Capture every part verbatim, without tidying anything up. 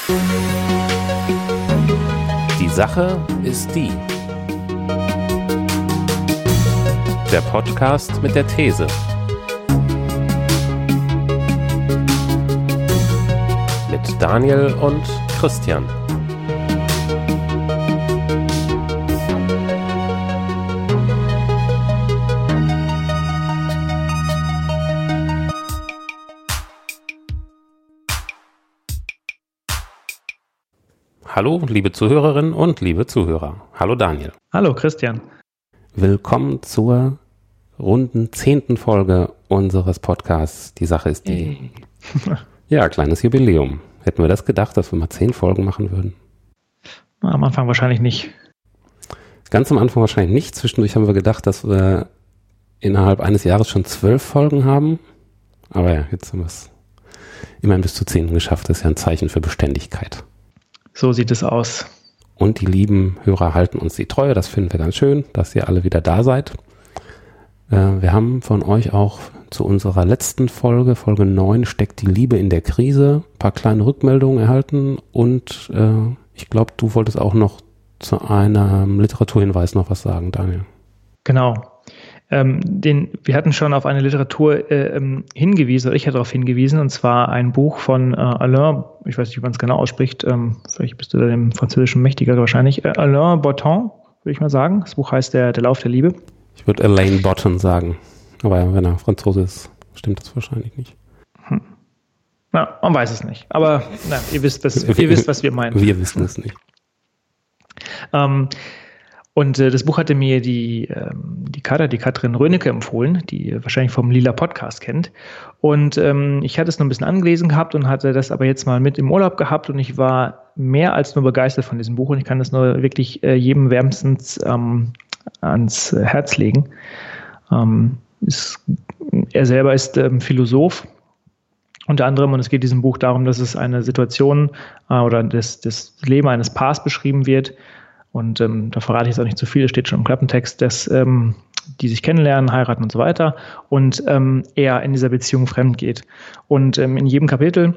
Die Sache ist die. Der Podcast mit der These. Mit Daniel und Christian. Hallo, liebe Zuhörerinnen und liebe Zuhörer. Hallo Daniel. Hallo Christian. Willkommen zur runden zehnten Folge unseres Podcasts. Die Sache ist die. Hey. Ja, kleines Jubiläum. Hätten wir das gedacht, dass wir mal zehn Folgen machen würden? Am Anfang wahrscheinlich nicht. Ganz am Anfang wahrscheinlich nicht. Zwischendurch haben wir gedacht, dass wir innerhalb eines Jahres schon zwölf Folgen haben. Aber ja, jetzt haben wir es immerhin bis zur zehnten geschafft. Das ist ja ein Zeichen für Beständigkeit. So sieht es aus. Und die lieben Hörer halten uns die Treue. Das finden wir ganz schön, dass ihr alle wieder da seid. Äh, wir haben von euch auch zu unserer letzten Folge, Folge neun, steckt die Liebe in der Krise, ein paar kleine Rückmeldungen erhalten. Und äh, ich glaube, du wolltest auch noch zu einem Literaturhinweis noch was sagen, Daniel. Genau. Ähm, den, wir hatten schon auf eine Literatur äh, ähm, hingewiesen, oder ich hatte darauf hingewiesen, und zwar ein Buch von äh, Alain, ich weiß nicht, wie man es genau ausspricht, ähm, vielleicht bist du da dem Französischen mächtiger wahrscheinlich, äh, Alain Botton, würde ich mal sagen. Das Buch heißt der, der Lauf der Liebe. Ich würde Alain Botton sagen, aber wenn er Franzose ist, stimmt das wahrscheinlich nicht. Hm. Na, man weiß es nicht, aber na, ihr, wisst, was, ihr wisst, was wir meinen. Wir wissen es nicht. Ähm, Und äh, das Buch hatte mir die, ähm, die Kader, die Katrin Rönecke empfohlen, die ihr wahrscheinlich vom Lila Podcast kennt. Und ähm, ich hatte es noch ein bisschen angelesen gehabt und hatte das aber jetzt mal mit im Urlaub gehabt und ich war mehr als nur begeistert von diesem Buch und ich kann das nur wirklich äh, jedem wärmstens ähm, ans Herz legen. Ähm, ist, er selber ist ähm, Philosoph unter anderem und es geht in diesem Buch darum, dass es eine Situation äh, oder das, das Leben eines Paars beschrieben wird. Und ähm, da verrate ich jetzt auch nicht zu viel, es steht schon im Klappentext, dass ähm, die sich kennenlernen, heiraten und so weiter und ähm, er in dieser Beziehung fremd geht. Und ähm, in jedem Kapitel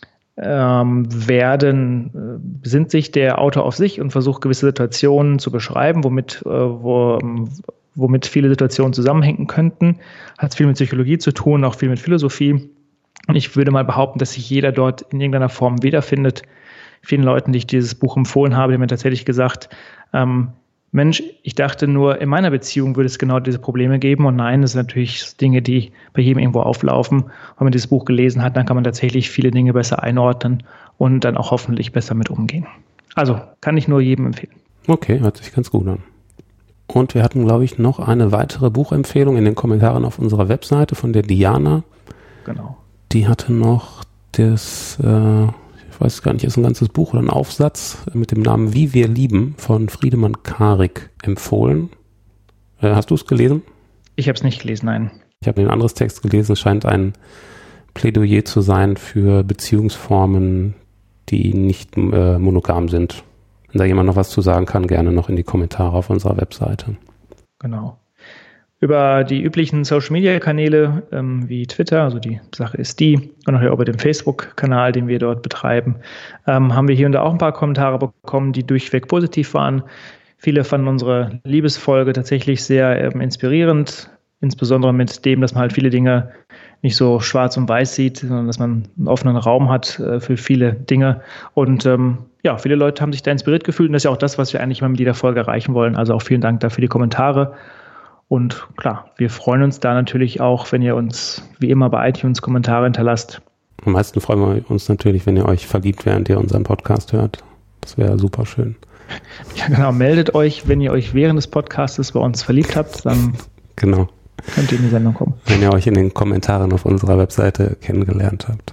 ähm, werden, äh, besinnt sich der Autor auf sich und versucht gewisse Situationen zu beschreiben, womit, äh, wo, womit viele Situationen zusammenhängen könnten. Hat viel mit Psychologie zu tun, auch viel mit Philosophie. Und ich würde mal behaupten, dass sich jeder dort in irgendeiner Form wiederfindet. Vielen Leuten, die ich dieses Buch empfohlen habe, die haben mir tatsächlich gesagt, ähm, Mensch, ich dachte nur, in meiner Beziehung würde es genau diese Probleme geben. Und nein, das sind natürlich Dinge, die bei jedem irgendwo auflaufen. Wenn man dieses Buch gelesen hat, dann kann man tatsächlich viele Dinge besser einordnen und dann auch hoffentlich besser mit umgehen. Also, kann ich nur jedem empfehlen. Okay, hört sich ganz gut an. Und wir hatten, glaube ich, noch eine weitere Buchempfehlung in den Kommentaren auf unserer Webseite von der Diana. Genau. Die hatte noch das... Äh ich weiß gar nicht, ist ein ganzes Buch oder ein Aufsatz mit dem Namen Wie wir lieben von Friedemann Karik empfohlen. Äh, hast du es gelesen? Ich habe es nicht gelesen, nein. Ich habe ein anderes Text gelesen. Es scheint ein Plädoyer zu sein für Beziehungsformen, die nicht äh, monogam sind. Wenn da jemand noch was zu sagen kann, gerne noch in die Kommentare auf unserer Webseite. Genau. Über die üblichen Social-Media-Kanäle ähm, wie Twitter, also die Sache ist die, und auch über den Facebook-Kanal, den wir dort betreiben, ähm, haben wir hier und da auch ein paar Kommentare bekommen, die durchweg positiv waren. Viele fanden unsere Liebesfolge tatsächlich sehr ähm, inspirierend, insbesondere mit dem, dass man halt viele Dinge nicht so schwarz und weiß sieht, sondern dass man einen offenen Raum hat äh, für viele Dinge. Und ähm, ja, viele Leute haben sich da inspiriert gefühlt und das ist ja auch das, was wir eigentlich mal mit jeder Folge erreichen wollen. Also auch vielen Dank dafür die Kommentare. Und klar, wir freuen uns da natürlich auch, wenn ihr uns wie immer bei iTunes Kommentare hinterlasst. Am meisten freuen wir uns natürlich, wenn ihr euch verliebt, während ihr unseren Podcast hört. Das wäre super schön. Ja genau, meldet euch, wenn ihr euch während des Podcastes bei uns verliebt habt, dann genau. könnt ihr in die Sendung kommen. Wenn ihr euch in den Kommentaren auf unserer Webseite kennengelernt habt.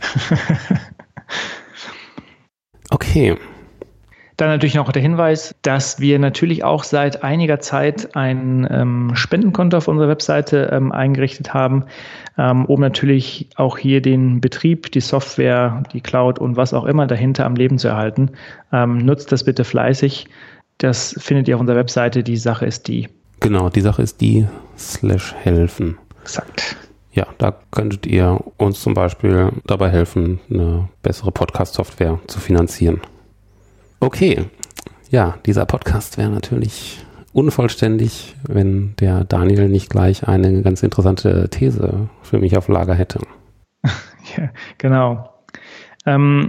Okay. Dann natürlich noch der Hinweis, dass wir natürlich auch seit einiger Zeit ein ähm, Spendenkonto auf unserer Webseite ähm, eingerichtet haben, ähm, um natürlich auch hier den Betrieb, die Software, die Cloud und was auch immer dahinter am Leben zu erhalten. Ähm, nutzt das bitte fleißig. Das findet ihr auf unserer Webseite. Die Sache ist die. Genau, die Sache ist die slash helfen. Exakt. Ja, da könntet ihr uns zum Beispiel dabei helfen, eine bessere Podcast-Software zu finanzieren. Okay, ja, dieser Podcast wäre natürlich unvollständig, wenn der Daniel nicht gleich eine ganz interessante These für mich auf Lager hätte. Ja, genau. Ähm,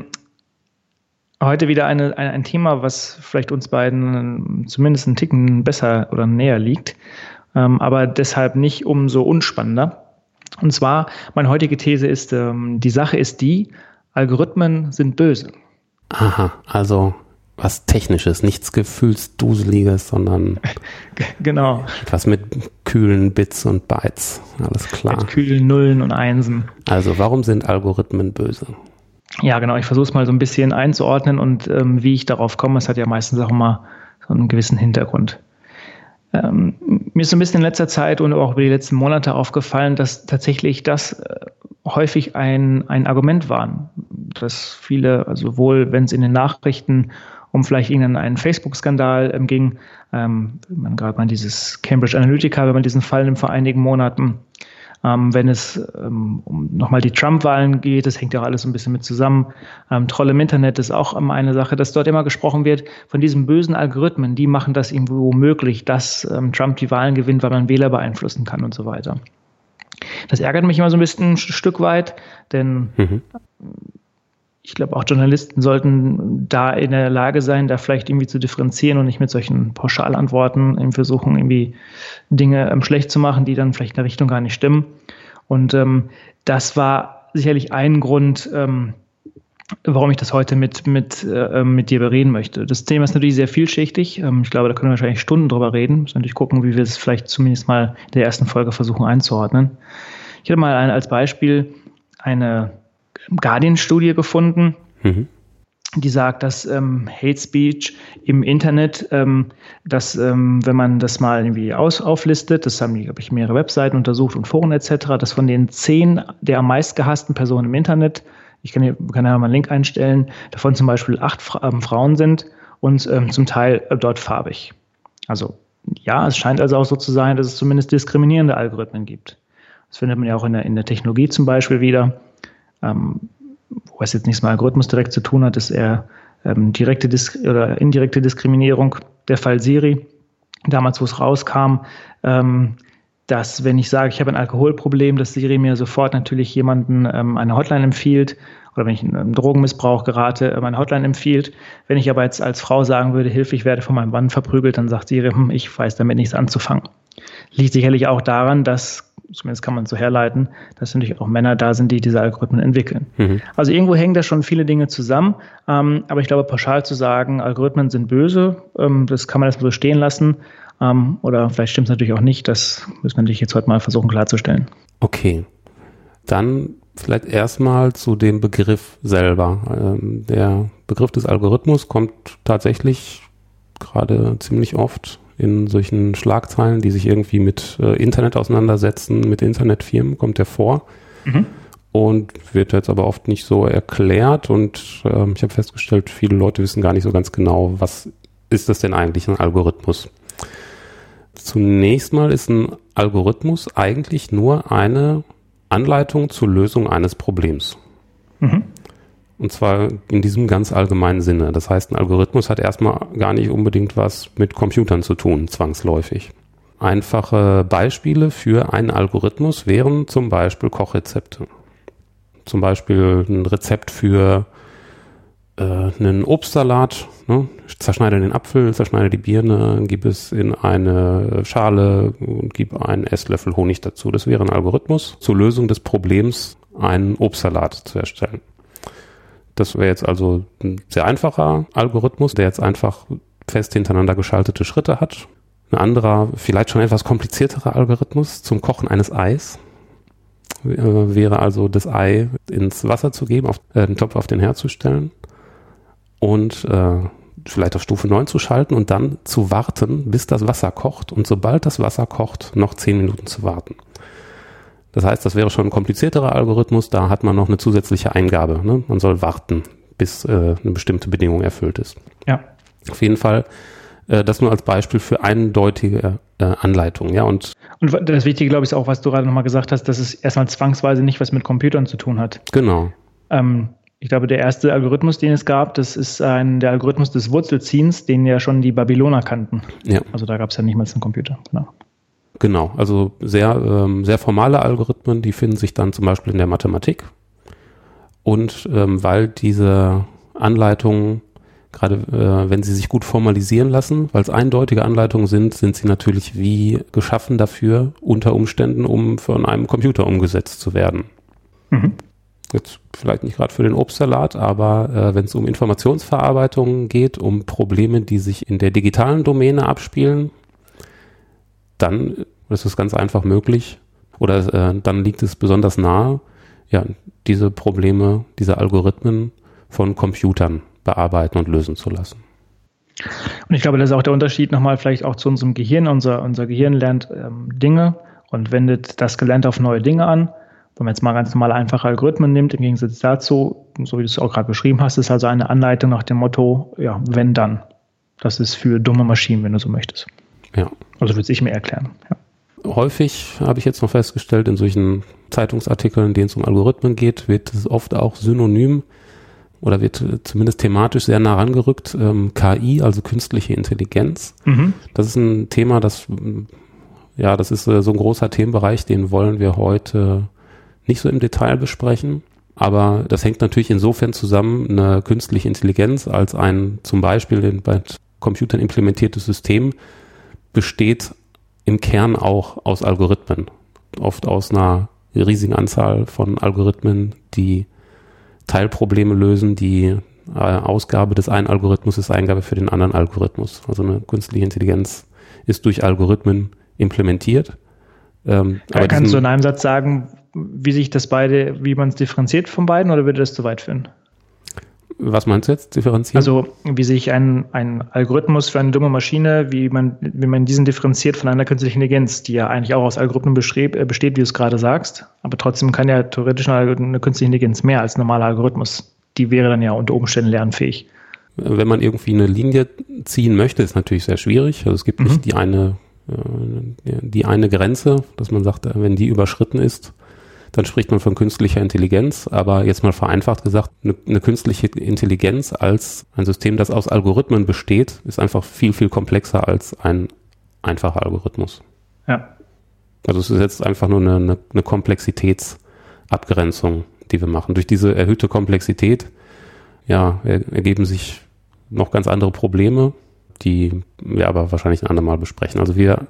heute wieder eine, ein, ein Thema, was vielleicht uns beiden zumindest einen Ticken besser oder näher liegt, ähm, aber deshalb nicht umso unspannender. Und zwar, meine heutige These ist, ähm, die Sache ist die, Algorithmen sind böse. Aha, also was Technisches, nichts Gefühlsduseliges, sondern genau. etwas mit kühlen Bits und Bytes, alles klar. Mit kühlen Nullen und Einsen. Also warum sind Algorithmen böse? Ja, genau, ich versuche es mal so ein bisschen einzuordnen und ähm, wie ich darauf komme, es hat ja meistens auch immer so einen gewissen Hintergrund. Ähm, mir ist so ein bisschen in letzter Zeit und auch über die letzten Monate aufgefallen, dass tatsächlich das äh, häufig ein, ein Argument war, dass viele, also sowohl wenn es in den Nachrichten um vielleicht irgendeinen Facebook-Skandal ähm, ging, ähm, man gerade mal dieses Cambridge Analytica, wenn man diesen Fall nimmt vor einigen Monaten, ähm, wenn es ähm, um nochmal die Trump-Wahlen geht, das hängt ja auch alles so ein bisschen mit zusammen. Ähm, Troll im Internet ist auch ähm, eine Sache, dass dort immer gesprochen wird von diesen bösen Algorithmen, die machen das irgendwo möglich, dass ähm, Trump die Wahlen gewinnt, weil man Wähler beeinflussen kann und so weiter. Das ärgert mich immer so ein bisschen ein Stück weit, denn mhm. ich glaube, auch Journalisten sollten da in der Lage sein, da vielleicht irgendwie zu differenzieren und nicht mit solchen Pauschalantworten irgendwie versuchen, irgendwie Dinge ähm, schlecht zu machen, die dann vielleicht in der Richtung gar nicht stimmen. Und ähm, das war sicherlich ein Grund, ähm, warum ich das heute mit, mit, äh, mit dir bereden möchte. Das Thema ist natürlich sehr vielschichtig. Ähm, ich glaube, da können wir wahrscheinlich Stunden drüber reden. Müssen natürlich gucken, wie wir es vielleicht zumindest mal in der ersten Folge versuchen einzuordnen. Ich hatte mal ein, als Beispiel eine Guardian-Studie gefunden, mhm. die sagt, dass ähm, Hate Speech im Internet, ähm, dass ähm, wenn man das mal irgendwie aus, auflistet, das haben die, glaube ich, mehrere Webseiten untersucht und Foren et cetera, dass von den zehn der am meist gehassten Personen im Internet, ich kann hier kann ja mal einen Link einstellen, davon zum Beispiel acht Fra- ähm, Frauen sind und ähm, zum Teil äh, dort farbig. Also ja, es scheint also auch so zu sein, dass es zumindest diskriminierende Algorithmen gibt. Das findet man ja auch in der, in der Technologie zum Beispiel wieder. Ähm, wo es jetzt nichts mit Algorithmus direkt zu tun hat, ist eher ähm, direkte Dis- oder indirekte Diskriminierung. Der Fall Siri, damals, wo es rauskam, ähm, dass, wenn ich sage, ich habe ein Alkoholproblem, dass Siri mir sofort natürlich jemanden ähm, eine Hotline empfiehlt, oder wenn ich in einen Drogenmissbrauch gerate, ähm, eine Hotline empfiehlt. Wenn ich aber jetzt als Frau sagen würde, Hilfe, ich werde von meinem Mann verprügelt, dann sagt Siri, hm, ich weiß damit nichts anzufangen. Liegt sicherlich auch daran, dass, zumindest kann man es so herleiten, dass natürlich auch Männer da sind, die diese Algorithmen entwickeln. Mhm. Also irgendwo hängen da schon viele Dinge zusammen, ähm, aber ich glaube, pauschal zu sagen, Algorithmen sind böse, ähm, das kann man erstmal so stehen lassen, ähm, oder vielleicht stimmt es natürlich auch nicht, das müssen wir natürlich jetzt heute mal versuchen klarzustellen. Okay, dann vielleicht erstmal zu dem Begriff selber. Ähm, der Begriff des Algorithmus kommt tatsächlich gerade ziemlich oft in solchen Schlagzeilen, die sich irgendwie mit äh, Internet auseinandersetzen, mit Internetfirmen, kommt der vor. Mhm. Und wird jetzt aber oft nicht so erklärt. Und äh, ich habe festgestellt, viele Leute wissen gar nicht so ganz genau, was ist das denn eigentlich, ein Algorithmus? Zunächst mal ist ein Algorithmus eigentlich nur eine Anleitung zur Lösung eines Problems. Mhm. Und zwar in diesem ganz allgemeinen Sinne. Das heißt, ein Algorithmus hat erstmal gar nicht unbedingt was mit Computern zu tun, zwangsläufig. Einfache Beispiele für einen Algorithmus wären zum Beispiel Kochrezepte. Zum Beispiel ein Rezept für äh, einen Obstsalat. Ne? Ich zerschneide den Apfel, zerschneide die Birne, gebe es in eine Schale und gebe einen Esslöffel Honig dazu. Das wäre ein Algorithmus zur Lösung des Problems, einen Obstsalat zu erstellen. Das wäre jetzt also ein sehr einfacher Algorithmus, der jetzt einfach fest hintereinander geschaltete Schritte hat. Ein anderer, vielleicht schon etwas komplizierterer Algorithmus zum Kochen eines Eis äh, wäre also das Ei ins Wasser zu geben, auf, äh, den Topf auf den Herd zu stellen und äh, vielleicht auf Stufe neun zu schalten und dann zu warten, bis das Wasser kocht und sobald das Wasser kocht, noch zehn Minuten zu warten. Das heißt, das wäre schon ein komplizierterer Algorithmus, da hat man noch eine zusätzliche Eingabe. Ne? Man soll warten, bis äh, eine bestimmte Bedingung erfüllt ist. Ja. Auf jeden Fall Äh, das nur als Beispiel für eindeutige äh, Anleitungen. Ja, und, und das Wichtige, glaube ich, ist auch, was du gerade nochmal gesagt hast, dass es erstmal zwangsweise nicht was mit Computern zu tun hat. Genau. Ähm, ich glaube, der erste Algorithmus, den es gab, das ist ein, der Algorithmus des Wurzelziehens, den ja schon die Babyloner kannten. Ja. Also da gab es ja nicht mal einen Computer. Genau. Genau, also sehr, ähm, sehr formale Algorithmen, die finden sich dann zum Beispiel in der Mathematik. Und ähm, weil diese Anleitungen, gerade äh, wenn sie sich gut formalisieren lassen, weil es eindeutige Anleitungen sind, sind sie natürlich wie geschaffen dafür, unter Umständen, um von einem Computer umgesetzt zu werden. Mhm. Jetzt vielleicht nicht gerade für den Obstsalat, aber äh, wenn es um Informationsverarbeitung geht, um Probleme, die sich in der digitalen Domäne abspielen, dann ist es ganz einfach möglich oder äh, dann liegt es besonders nahe, ja, diese Probleme, diese Algorithmen von Computern bearbeiten und lösen zu lassen. Und ich glaube, das ist auch der Unterschied nochmal vielleicht auch zu unserem Gehirn. Unser, unser Gehirn lernt ähm, Dinge und wendet das Gelernte auf neue Dinge an. Wenn man jetzt mal ganz normale, einfache Algorithmen nimmt, im Gegensatz dazu, so wie du es auch gerade beschrieben hast, ist also eine Anleitung nach dem Motto, ja, wenn dann. Das ist für dumme Maschinen, wenn du so möchtest. Ja. Also würde ich mir erklären. Ja. Häufig habe ich jetzt noch festgestellt, in solchen Zeitungsartikeln, in denen es um Algorithmen geht, wird es oft auch synonym oder wird zumindest thematisch sehr nah rangerückt, ähm, K I, also künstliche Intelligenz. Mhm. Das ist ein Thema, das, ja, das ist äh, so ein großer Themenbereich, den wollen wir heute nicht so im Detail besprechen. Aber das hängt natürlich insofern zusammen, eine künstliche Intelligenz als ein zum Beispiel bei Computern implementiertes System besteht im Kern auch aus Algorithmen. Oft aus einer riesigen Anzahl von Algorithmen, die Teilprobleme lösen, die äh, Ausgabe des einen Algorithmus ist Eingabe für den anderen Algorithmus. Also eine künstliche Intelligenz ist durch Algorithmen implementiert. Ähm, aber kannst du in einem Satz sagen, wie sich das beide, wie man es differenziert von beiden, oder würde das zu weit führen? Was meinst du jetzt, differenzieren? Also wie sich ein, ein Algorithmus für eine dumme Maschine, wie man, wie man diesen differenziert von einer künstlichen Intelligenz, die ja eigentlich auch aus Algorithmen besteht, besteht, wie du es gerade sagst, aber trotzdem kann ja theoretisch eine, eine künstliche Intelligenz mehr als ein normaler Algorithmus. Die wäre dann ja unter Umständen lernfähig. Wenn man irgendwie eine Linie ziehen möchte, ist natürlich sehr schwierig. Also es gibt mhm. nicht die eine, die eine Grenze, dass man sagt, wenn die überschritten ist, dann spricht man von künstlicher Intelligenz, aber jetzt mal vereinfacht gesagt, eine, eine künstliche Intelligenz als ein System, das aus Algorithmen besteht, ist einfach viel, viel komplexer als ein einfacher Algorithmus. Ja. Also es ist jetzt einfach nur eine, eine, eine Komplexitätsabgrenzung, die wir machen. Durch diese erhöhte Komplexität, ja, ergeben sich noch ganz andere Probleme, die wir aber wahrscheinlich ein andermal besprechen. Also wir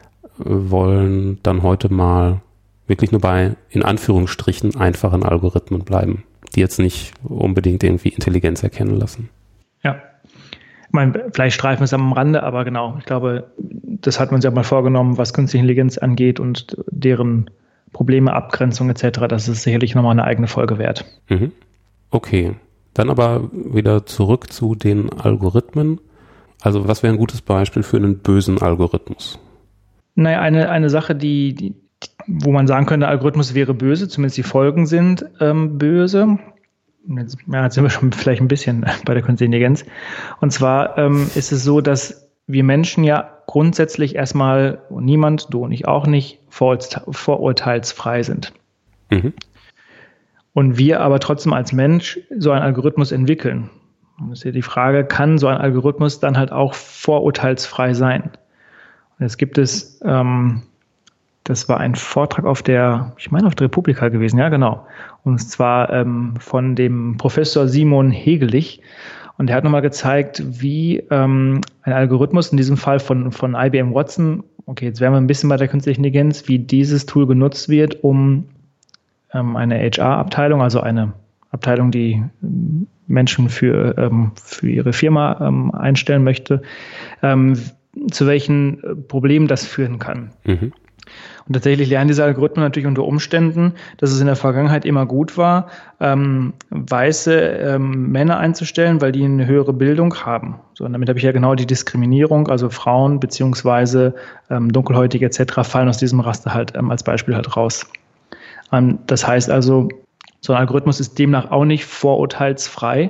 wollen dann heute mal wirklich nur bei, in Anführungsstrichen, einfachen Algorithmen bleiben, die jetzt nicht unbedingt irgendwie Intelligenz erkennen lassen. Ja, ich meine, vielleicht streifen wir es am Rande, aber genau, ich glaube, das hat man uns ja mal vorgenommen, was künstliche Intelligenz angeht und deren Probleme, Abgrenzung et cetera. Das ist sicherlich nochmal eine eigene Folge wert. Mhm. Okay, dann aber wieder zurück zu den Algorithmen. Also was wäre ein gutes Beispiel für einen bösen Algorithmus? Naja, eine, eine Sache, die, die wo man sagen könnte, der Algorithmus wäre böse, zumindest die Folgen sind ähm, böse. Jetzt, ja, jetzt sind wir schon vielleicht ein bisschen bei der künstlichen Intelligenz. Und zwar ähm, ist es so, dass wir Menschen ja grundsätzlich erstmal, niemand, du und ich auch nicht, vorurteilsfrei sind. Mhm. Und wir aber trotzdem als Mensch so einen Algorithmus entwickeln. Und das ist ja die Frage, kann so ein Algorithmus dann halt auch vorurteilsfrei sein? Und jetzt gibt es ähm, das war ein Vortrag auf der, ich meine auf der Republika gewesen, ja genau. Und zwar ähm, von dem Professor Simon Hegelich. Und der hat nochmal gezeigt, wie ähm, ein Algorithmus, in diesem Fall von, von I B M Watson, okay, jetzt wären wir ein bisschen bei der künstlichen Intelligenz, wie dieses Tool genutzt wird, um ähm, eine H R-Abteilung, also eine Abteilung, die Menschen für, ähm, für ihre Firma ähm, einstellen möchte, ähm, zu welchen Problemen das führen kann. Mhm. Und tatsächlich lernen diese Algorithmen natürlich unter Umständen, dass es in der Vergangenheit immer gut war, ähm, weiße ähm, Männer einzustellen, weil die eine höhere Bildung haben. So, und damit habe ich ja genau die Diskriminierung, also Frauen beziehungsweise ähm, Dunkelhäutige et cetera fallen aus diesem Raster halt ähm, als Beispiel halt raus. Ähm, das heißt also, so ein Algorithmus ist demnach auch nicht vorurteilsfrei,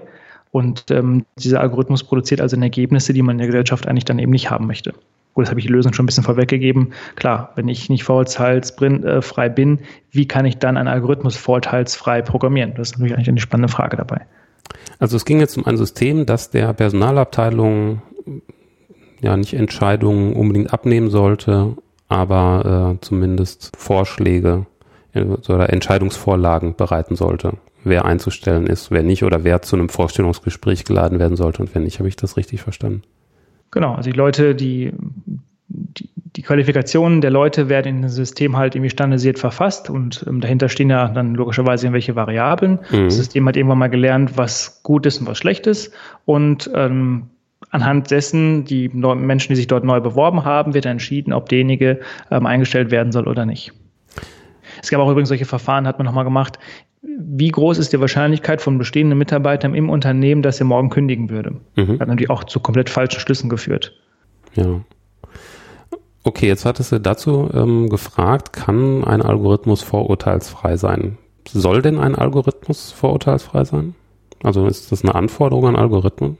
Und ähm, dieser Algorithmus produziert also Ergebnisse, die man in der Gesellschaft eigentlich dann eben nicht haben möchte. Gut, das habe ich die Lösung schon ein bisschen vorweggegeben. Klar, wenn ich nicht vorurteilsfrei bin, wie kann ich dann einen Algorithmus vorurteilsfrei programmieren? Das ist natürlich eigentlich eine spannende Frage dabei. Also es ging jetzt um ein System, das der Personalabteilung ja nicht Entscheidungen unbedingt abnehmen sollte, aber äh, zumindest Vorschläge oder Entscheidungsvorlagen bereiten sollte, wer einzustellen ist, wer nicht oder wer zu einem Vorstellungsgespräch geladen werden sollte und wer nicht. Habe ich das richtig verstanden? Genau, also die Leute, die, die, die Qualifikationen der Leute werden in dem System halt irgendwie standardisiert verfasst und ähm, dahinter stehen ja dann logischerweise irgendwelche Variablen. Mhm. Das System hat irgendwann mal gelernt, was gut ist und was schlecht ist und ähm, anhand dessen, die Menschen, die sich dort neu beworben haben, wird entschieden, ob derjenige ähm, eingestellt werden soll oder nicht. Es gab auch übrigens solche Verfahren, hat man nochmal gemacht. Wie groß ist die Wahrscheinlichkeit von bestehenden Mitarbeitern im Unternehmen, dass er morgen kündigen würde? Mhm. Hat natürlich auch zu komplett falschen Schlüssen geführt. Ja. Okay, jetzt hattest du dazu ähm, gefragt, kann ein Algorithmus vorurteilsfrei sein? Soll denn ein Algorithmus vorurteilsfrei sein? Also ist das eine Anforderung an Algorithmen?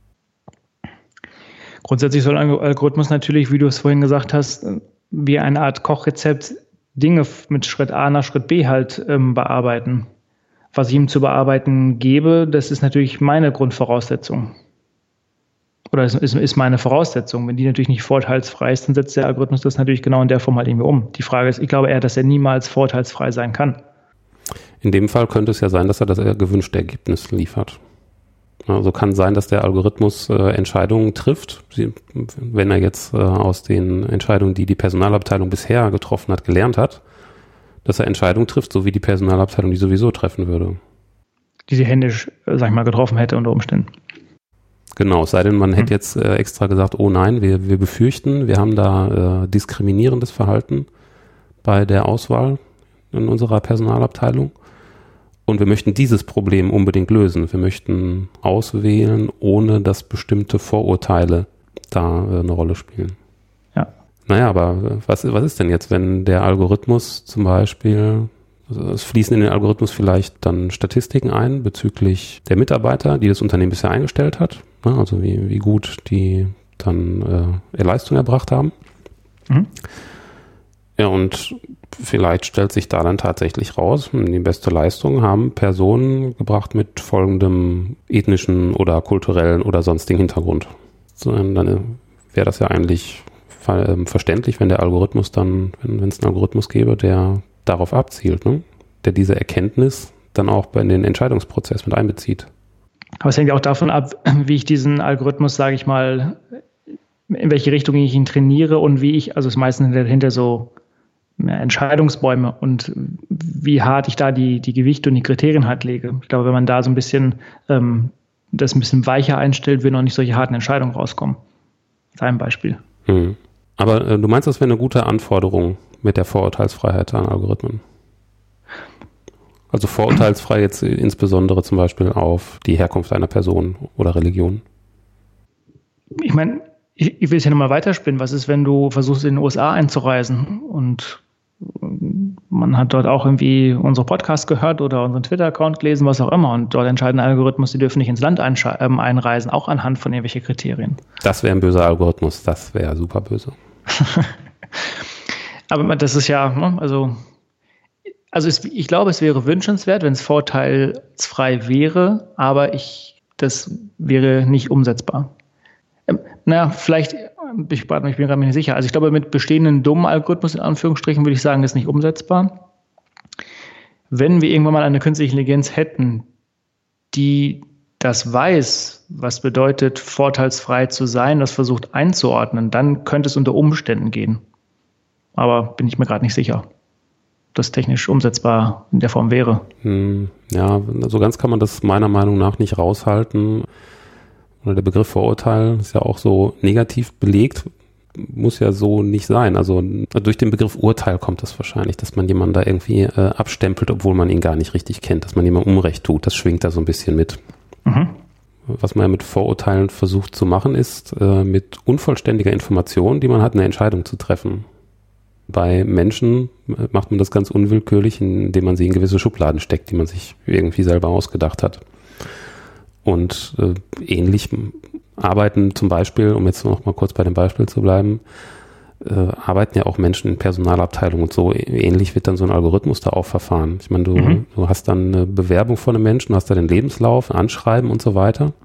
Grundsätzlich soll ein Algorithmus natürlich, wie du es vorhin gesagt hast, wie eine Art Kochrezept Dinge mit Schritt A nach Schritt B halt ähm, bearbeiten. Was ich ihm zu bearbeiten gebe, das ist natürlich meine Grundvoraussetzung. Oder es ist, ist meine Voraussetzung. Wenn die natürlich nicht vorteilsfrei ist, dann setzt der Algorithmus das natürlich genau in der Form halt irgendwie um. Die Frage ist, ich glaube eher, dass er niemals vorteilsfrei sein kann. In dem Fall könnte es ja sein, dass er das gewünschte Ergebnis liefert. Also kann sein, dass der Algorithmus äh, Entscheidungen trifft, Sie, wenn er jetzt äh, aus den Entscheidungen, die die Personalabteilung bisher getroffen hat, gelernt hat, dass er Entscheidungen trifft, so wie die Personalabteilung die sowieso treffen würde. Die sie händisch, äh, sag ich mal, getroffen hätte unter Umständen. Genau, es sei denn, man hm. hätte jetzt äh, extra gesagt, oh nein, wir, wir befürchten, wir haben da äh, diskriminierendes Verhalten bei der Auswahl in unserer Personalabteilung. Und wir möchten dieses Problem unbedingt lösen. Wir möchten auswählen, ohne dass bestimmte Vorurteile da äh, eine Rolle spielen. Ja. Naja, aber was, was ist denn jetzt, wenn der Algorithmus zum Beispiel, also es fließen in den Algorithmus vielleicht dann Statistiken ein bezüglich der Mitarbeiter, die das Unternehmen bisher eingestellt hat, ne? Also wie, wie gut die dann äh, Leistung erbracht haben. Mhm. Ja, und vielleicht stellt sich da dann tatsächlich raus, die beste Leistung haben Personen gebracht mit folgendem ethnischen oder kulturellen oder sonstigen Hintergrund. So, dann wäre das ja eigentlich ver- verständlich, wenn der Algorithmus dann, wenn es einen Algorithmus gäbe, der darauf abzielt, ne? Der diese Erkenntnis dann auch in den Entscheidungsprozess mit einbezieht. Aber es hängt auch davon ab, wie ich diesen Algorithmus, sage ich mal, in welche Richtung ich ihn trainiere und wie ich, also es ist meistens hinter so Entscheidungsbäume und wie hart ich da die, die Gewichte und die Kriterien halt lege. Ich glaube, wenn man da so ein bisschen ähm, das ein bisschen weicher einstellt, würden auch nicht solche harten Entscheidungen rauskommen. Das ist ein Beispiel. Hm. Aber äh, du meinst, das wäre eine gute Anforderung mit der Vorurteilsfreiheit an Algorithmen? Also vorurteilsfrei jetzt insbesondere zum Beispiel auf die Herkunft einer Person oder Religion? Ich meine, ich, ich will es ja nochmal weiterspinnen. Was ist, wenn du versuchst, in den U S A einzureisen und man hat dort auch irgendwie unsere Podcasts gehört oder unseren Twitter-Account gelesen, was auch immer. Und dort entscheiden Algorithmus, die dürfen nicht ins Land einsche- ähm, einreisen, auch anhand von irgendwelchen Kriterien. Das wäre ein böser Algorithmus. Das wäre super böse. Aber das ist ja, also, also es, ich glaube, es wäre wünschenswert, wenn es vorteilsfrei wäre, aber ich, das wäre nicht umsetzbar. Ähm, naja, vielleicht, ich, ich bin gerade nicht sicher. Also ich glaube, mit bestehenden dummen Algorithmus in Anführungsstrichen würde ich sagen, ist nicht umsetzbar. Wenn wir irgendwann mal eine künstliche Intelligenz hätten, die das weiß, was bedeutet, vorteilsfrei zu sein, das versucht einzuordnen, dann könnte es unter Umständen gehen. Aber bin ich mir gerade nicht sicher, ob das technisch umsetzbar in der Form wäre. Hm, ja, so ganz kann man das meiner Meinung nach nicht raushalten. Der Begriff Vorurteil ist ja auch so negativ belegt, muss ja so nicht sein. Also durch den Begriff Urteil kommt das wahrscheinlich, dass man jemanden da irgendwie äh, abstempelt, obwohl man ihn gar nicht richtig kennt, dass man jemandem Unrecht tut. Das schwingt da so ein bisschen mit. Mhm. Was man ja mit Vorurteilen versucht zu machen, ist äh, mit unvollständiger Information, die man hat, eine Entscheidung zu treffen. Bei Menschen macht man das ganz unwillkürlich, indem man sie in gewisse Schubladen steckt, die man sich irgendwie selber ausgedacht hat. Und äh, ähnlich arbeiten zum Beispiel, um jetzt noch mal kurz bei dem Beispiel zu bleiben, äh, arbeiten ja auch Menschen in Personalabteilungen und so. Ähnlich wird dann so ein Algorithmus da auch verfahren. Ich meine, du, mhm. du hast dann eine Bewerbung von einem Menschen, du hast da den Lebenslauf, ein Anschreiben und so weiter.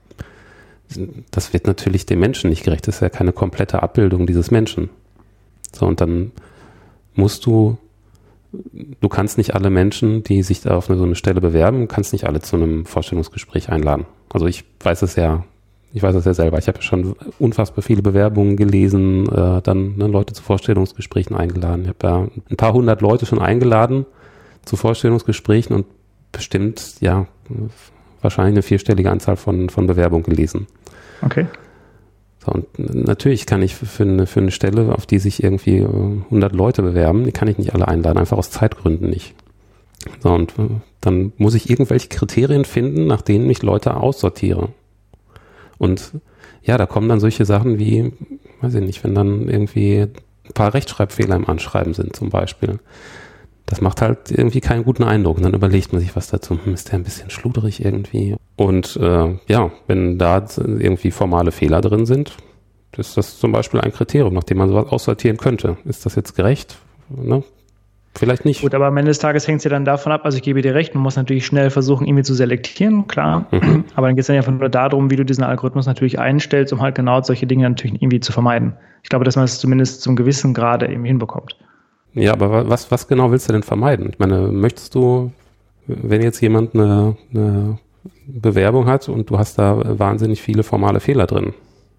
Das wird natürlich dem Menschen nicht gerecht. Das ist ja keine komplette Abbildung dieses Menschen. So, und dann musst du, du kannst nicht alle Menschen, die sich da auf eine, so eine Stelle bewerben, kannst nicht alle zu einem Vorstellungsgespräch einladen. Also ich weiß es ja, ich weiß es ja selber. Ich habe ja schon unfassbar viele Bewerbungen gelesen, äh, dann ne, Leute zu Vorstellungsgesprächen eingeladen. Ich habe ja ein paar hundert Leute schon eingeladen zu Vorstellungsgesprächen und bestimmt, ja, wahrscheinlich eine vierstellige Anzahl von, von Bewerbungen gelesen. Okay. So, und natürlich kann ich für eine, für eine Stelle, auf die sich irgendwie hundert Leute bewerben, die kann ich nicht alle einladen, einfach aus Zeitgründen nicht. So, und dann muss ich irgendwelche Kriterien finden, nach denen ich Leute aussortiere. Und ja, da kommen dann solche Sachen wie, weiß ich nicht, wenn dann irgendwie ein paar Rechtschreibfehler im Anschreiben sind zum Beispiel. Das macht halt irgendwie keinen guten Eindruck. Und dann überlegt man sich was dazu. Hm, ist der ein bisschen schluderig irgendwie? Und äh, ja, wenn da irgendwie formale Fehler drin sind, ist das zum Beispiel ein Kriterium, nach dem man sowas aussortieren könnte. Ist das jetzt gerecht? Ne? Vielleicht nicht. Gut, aber am Ende des Tages hängt es ja dann davon ab, also ich gebe dir recht, man muss natürlich schnell versuchen, irgendwie zu selektieren, klar. Mhm. Aber dann geht es dann einfach nur darum, wie du diesen Algorithmus natürlich einstellst, um halt genau solche Dinge natürlich irgendwie zu vermeiden. Ich glaube, dass man es zumindest zum gewissen Grade eben hinbekommt. Ja, aber was, was genau willst du denn vermeiden? Ich meine, möchtest du, wenn jetzt jemand eine, eine Bewerbung hat und du hast da wahnsinnig viele formale Fehler drin?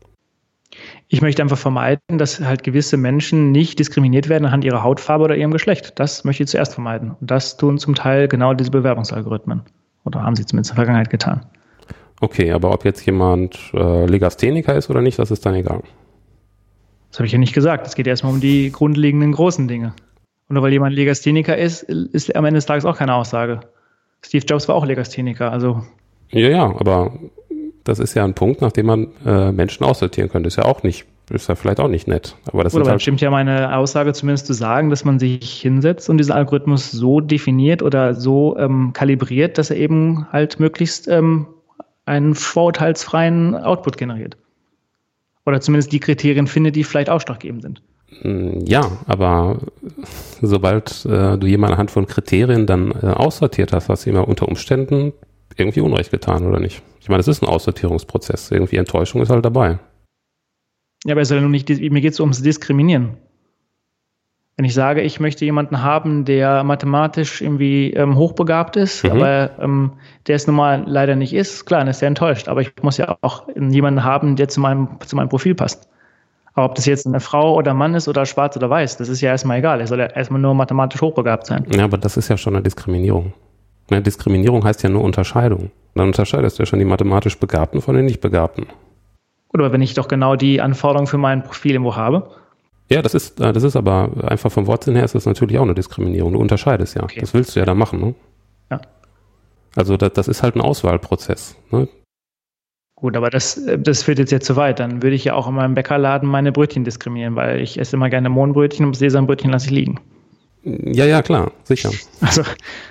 Ich möchte einfach vermeiden, dass halt gewisse Menschen nicht diskriminiert werden anhand ihrer Hautfarbe oder ihrem Geschlecht. Das möchte ich zuerst vermeiden. Und das tun zum Teil genau diese Bewerbungsalgorithmen. Oder haben sie zumindest in der Vergangenheit getan. Okay, aber ob jetzt jemand äh, Legastheniker ist oder nicht, das ist dann egal. Das habe ich ja nicht gesagt. Es geht erstmal um die grundlegenden großen Dinge. Und nur weil jemand Legastheniker ist, ist am Ende des Tages auch keine Aussage. Steve Jobs war auch Legastheniker, also. Ja, ja, aber das ist ja ein Punkt, nach dem man äh, Menschen aussortieren könnte. Ist ja auch nicht, ist ja vielleicht auch nicht nett. Aber das Oder halt stimmt ja meine Aussage zumindest zu sagen, dass man sich hinsetzt und diesen Algorithmus so definiert oder so ähm, kalibriert, dass er eben halt möglichst ähm, einen vorurteilsfreien Output generiert. Oder zumindest die Kriterien findet, die vielleicht ausschlaggebend sind. Ja, aber sobald äh, du jemanden anhand von Kriterien dann äh, aussortiert hast, hast du ihm unter Umständen irgendwie Unrecht getan, oder nicht? Ich meine, es ist ein Aussortierungsprozess. Irgendwie Enttäuschung ist halt dabei. Ja, aber es soll ja nun nicht, mir geht es ums Diskriminieren. Wenn ich sage, ich möchte jemanden haben, der mathematisch irgendwie ähm, hochbegabt ist, mhm. aber ähm, der es nun mal leider nicht ist, klar, dann ist er enttäuscht. Aber ich muss ja auch jemanden haben, der zu meinem, zu meinem Profil passt. Aber ob das jetzt eine Frau oder ein Mann ist oder schwarz oder weiß, das ist ja erstmal egal. Er soll ja erstmal nur mathematisch hochbegabt sein. Ja, aber das ist ja schon eine Diskriminierung. Eine Diskriminierung heißt ja nur Unterscheidung. Dann unterscheidest du ja schon die mathematisch Begabten von den Nicht-Begabten. Oder wenn ich doch genau die Anforderungen für mein Profil irgendwo habe. Ja, das ist, das ist aber einfach vom Wortsinn her ist das natürlich auch eine Diskriminierung. Du unterscheidest ja. Okay. Das willst du ja da machen, ne? Ja. Also das, das ist halt ein Auswahlprozess, ne? Gut, aber das, das führt jetzt ja zu weit. Dann würde ich ja auch in meinem Bäckerladen meine Brötchen diskriminieren, weil ich esse immer gerne Mohnbrötchen und Sesambrötchen lasse ich liegen. Ja, ja, klar, sicher. Also,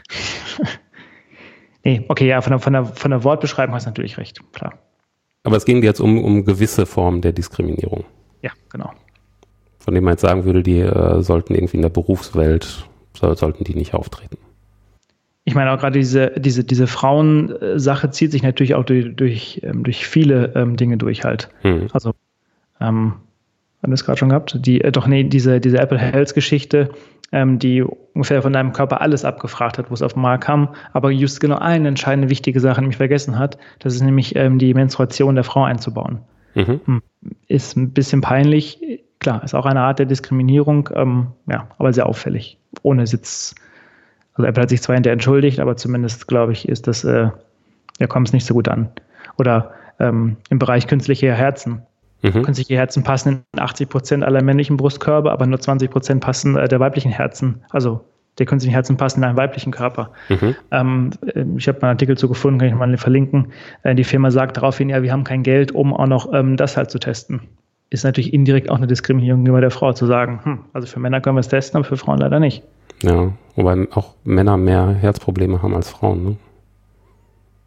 nee, okay, ja, von der, von der, von der Wortbeschreibung hast du natürlich recht, klar. Aber es ging jetzt um, um gewisse Formen der Diskriminierung. Ja, genau. Von dem man jetzt sagen würde, die äh, sollten irgendwie in der Berufswelt, so, sollten die nicht auftreten. Ich meine auch gerade diese, diese, diese Frauensache zieht sich natürlich auch durch, durch, ähm, durch viele ähm, Dinge durch halt. Hm. Also, ähm, haben wir es gerade schon gehabt? Die, äh, doch, nee, diese, diese Apple Health Geschichte, ähm, die ungefähr von deinem Körper alles abgefragt hat, wo es auf den Markt kam, aber just genau eine entscheidende wichtige Sache nämlich vergessen hat, das ist nämlich ähm, die Menstruation der Frau einzubauen. Mhm. Ist ein bisschen peinlich, klar, ist auch eine Art der Diskriminierung, ähm, ja, aber sehr auffällig, ohne Sitz. Also Apple hat sich zwar hinterher entschuldigt, aber zumindest, glaube ich, ist das, äh, ja, kommt es nicht so gut an. Oder ähm, im Bereich künstliche Herzen. Mhm. Künstliche Herzen passen in achtzig Prozent aller männlichen Brustkörper, aber nur zwanzig Prozent passen äh, der weiblichen Herzen. Also der künstlichen Herzen passen in einen weiblichen Körper. Mhm. Ähm, ich habe einen Artikel zu gefunden, kann ich mal verlinken. Äh, die Firma sagt daraufhin, ja, wir haben kein Geld, um auch noch ähm, das halt zu testen. Ist natürlich indirekt auch eine Diskriminierung gegenüber der Frau, zu sagen, hm, also für Männer können wir es testen, aber für Frauen leider nicht. Ja, wobei auch Männer mehr Herzprobleme haben als Frauen, ne?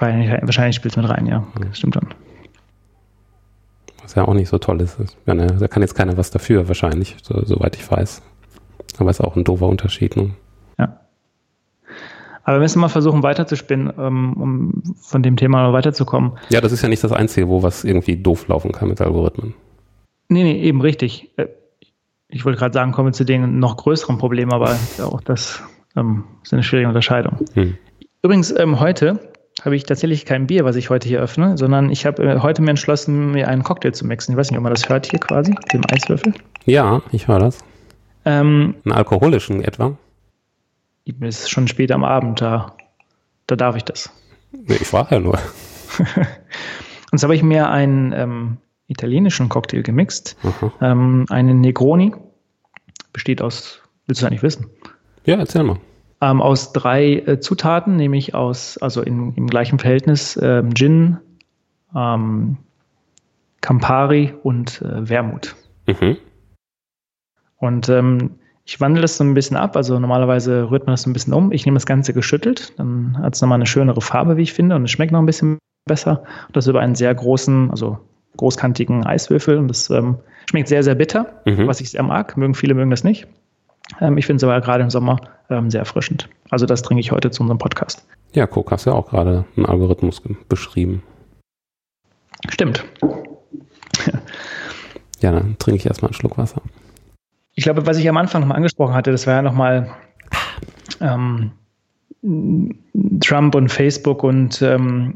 Wahrscheinlich, wahrscheinlich spielt es mit rein, ja. Das stimmt schon. Was ja auch nicht so toll ist. Ja, ne, da kann jetzt keiner was dafür, wahrscheinlich, so, soweit ich weiß. Aber ist auch ein doofer Unterschied. Ne? Ja. Aber wir müssen mal versuchen, weiterzuspinnen, um von dem Thema weiterzukommen. Ja, das ist ja nicht das Einzige, wo was irgendwie doof laufen kann mit Algorithmen. Nee, nee, eben richtig. Ich wollte gerade sagen, kommen wir zu den noch größeren Problemen, aber auch das ähm, ist eine schwierige Unterscheidung. Hm. Übrigens, ähm, heute habe ich tatsächlich kein Bier, was ich heute hier öffne, sondern ich habe äh, heute mir entschlossen, mir einen Cocktail zu mixen. Ich weiß nicht, ob man das hört hier quasi, dem Eiswürfel. Ja, ich höre das. Ähm, einen alkoholischen etwa? Es ist schon spät am Abend, da, da darf ich das. Nee, ich frage ja nur. Und so habe ich mir einen ähm, italienischen Cocktail gemixt. Ähm, einen Negroni. Besteht aus, willst du eigentlich wissen? Ja, erzähl mal. Ähm, aus drei äh, Zutaten, nämlich aus, also in, im gleichen Verhältnis ähm, Gin, ähm, Campari und äh, Wermut. Mhm. Und ähm, ich wandle das so ein bisschen ab, also normalerweise rührt man das so ein bisschen um. Ich nehme das Ganze geschüttelt, dann hat es nochmal eine schönere Farbe, wie ich finde, und es schmeckt noch ein bisschen besser. Und das über einen sehr großen, also großkantigen Eiswürfel, und das ähm, schmeckt sehr, sehr bitter, mhm. was ich sehr mag. Mögen viele, mögen das nicht. Ähm, ich finde es aber gerade im Sommer ähm, sehr erfrischend. Also das trinke ich heute zu unserem Podcast. Ja, guck, hast ja auch gerade einen Algorithmus ge- beschrieben. Stimmt. Ja, dann trinke ich erstmal einen Schluck Wasser. Ich glaube, was ich am Anfang nochmal angesprochen hatte, das war ja nochmal ähm, Trump und Facebook und ähm,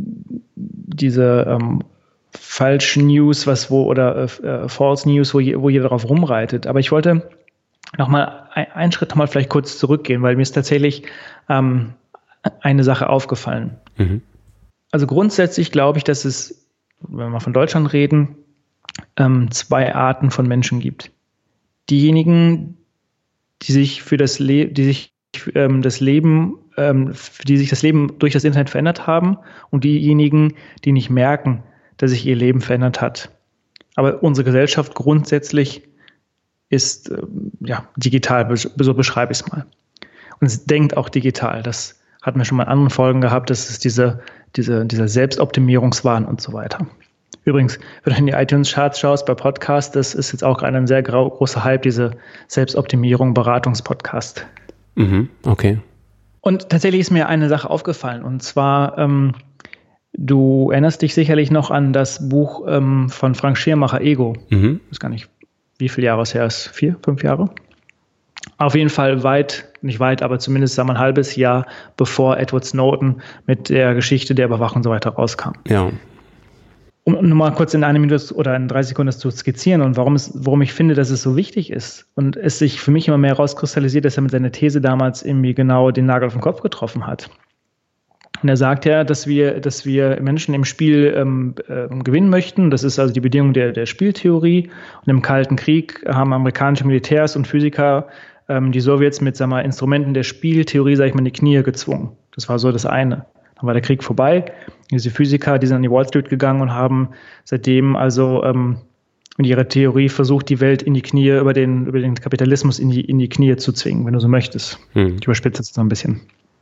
diese ähm, falschen News, was wo oder äh, False News, wo, je, wo jeder darauf rumreitet. Aber ich wollte nochmal ein, einen Schritt nochmal vielleicht kurz zurückgehen, weil mir ist tatsächlich ähm, eine Sache aufgefallen. Mhm. Also grundsätzlich glaube ich, dass es, wenn wir von Deutschland reden, ähm, zwei Arten von Menschen gibt. Diejenigen, die sich für das Leben, die sich ähm, das Leben, ähm, die sich das Leben durch das Internet verändert haben, und diejenigen, die nicht merken, dass sich ihr Leben verändert hat. Aber unsere Gesellschaft grundsätzlich ist äh, ja digital, so beschreibe ich es mal. Und es denkt auch digital. Das hatten wir schon mal in anderen Folgen gehabt. Das ist diese, diese, dieser Selbstoptimierungswahn und so weiter. Übrigens, wenn du in die iTunes-Charts schaust bei Podcasts, das ist jetzt auch gerade ein sehr grau, großer Hype, diese Selbstoptimierung, Beratungspodcast. Mhm, okay. Und tatsächlich ist mir eine Sache aufgefallen, und zwar, ähm, du erinnerst dich sicherlich noch an das Buch ähm, von Frank Schirmacher, Ego. Mhm. Ich weiß gar nicht, wie viele Jahre es her ist. Vier, fünf Jahre? Auf jeden Fall weit, nicht weit, aber zumindest sagen wir ein halbes Jahr, bevor Edward Snowden mit der Geschichte der Überwachung und so weiter rauskam. Ja. Um nur mal kurz in einer Minute oder in drei Sekunden das zu skizzieren und warum es, warum ich finde, dass es so wichtig ist und es sich für mich immer mehr herauskristallisiert, dass er mit seiner These damals irgendwie genau den Nagel auf den Kopf getroffen hat. Und er sagt ja, dass wir, dass wir Menschen im Spiel ähm, äh, gewinnen möchten. Das ist also die Bedingung der, der Spieltheorie. Und im Kalten Krieg haben amerikanische Militärs und Physiker ähm, die Sowjets mit, sagen wir, Instrumenten der Spieltheorie, sag ich mal, in die Knie gezwungen. Das war so das eine. Dann war der Krieg vorbei. Diese Physiker, die sind an die Wall Street gegangen und haben seitdem also ähm, mit ihrer Theorie versucht, die Welt in die Knie, über den, über den Kapitalismus in die, in die Knie zu zwingen, wenn du so möchtest. Hm. Ich überspitze jetzt noch ein bisschen.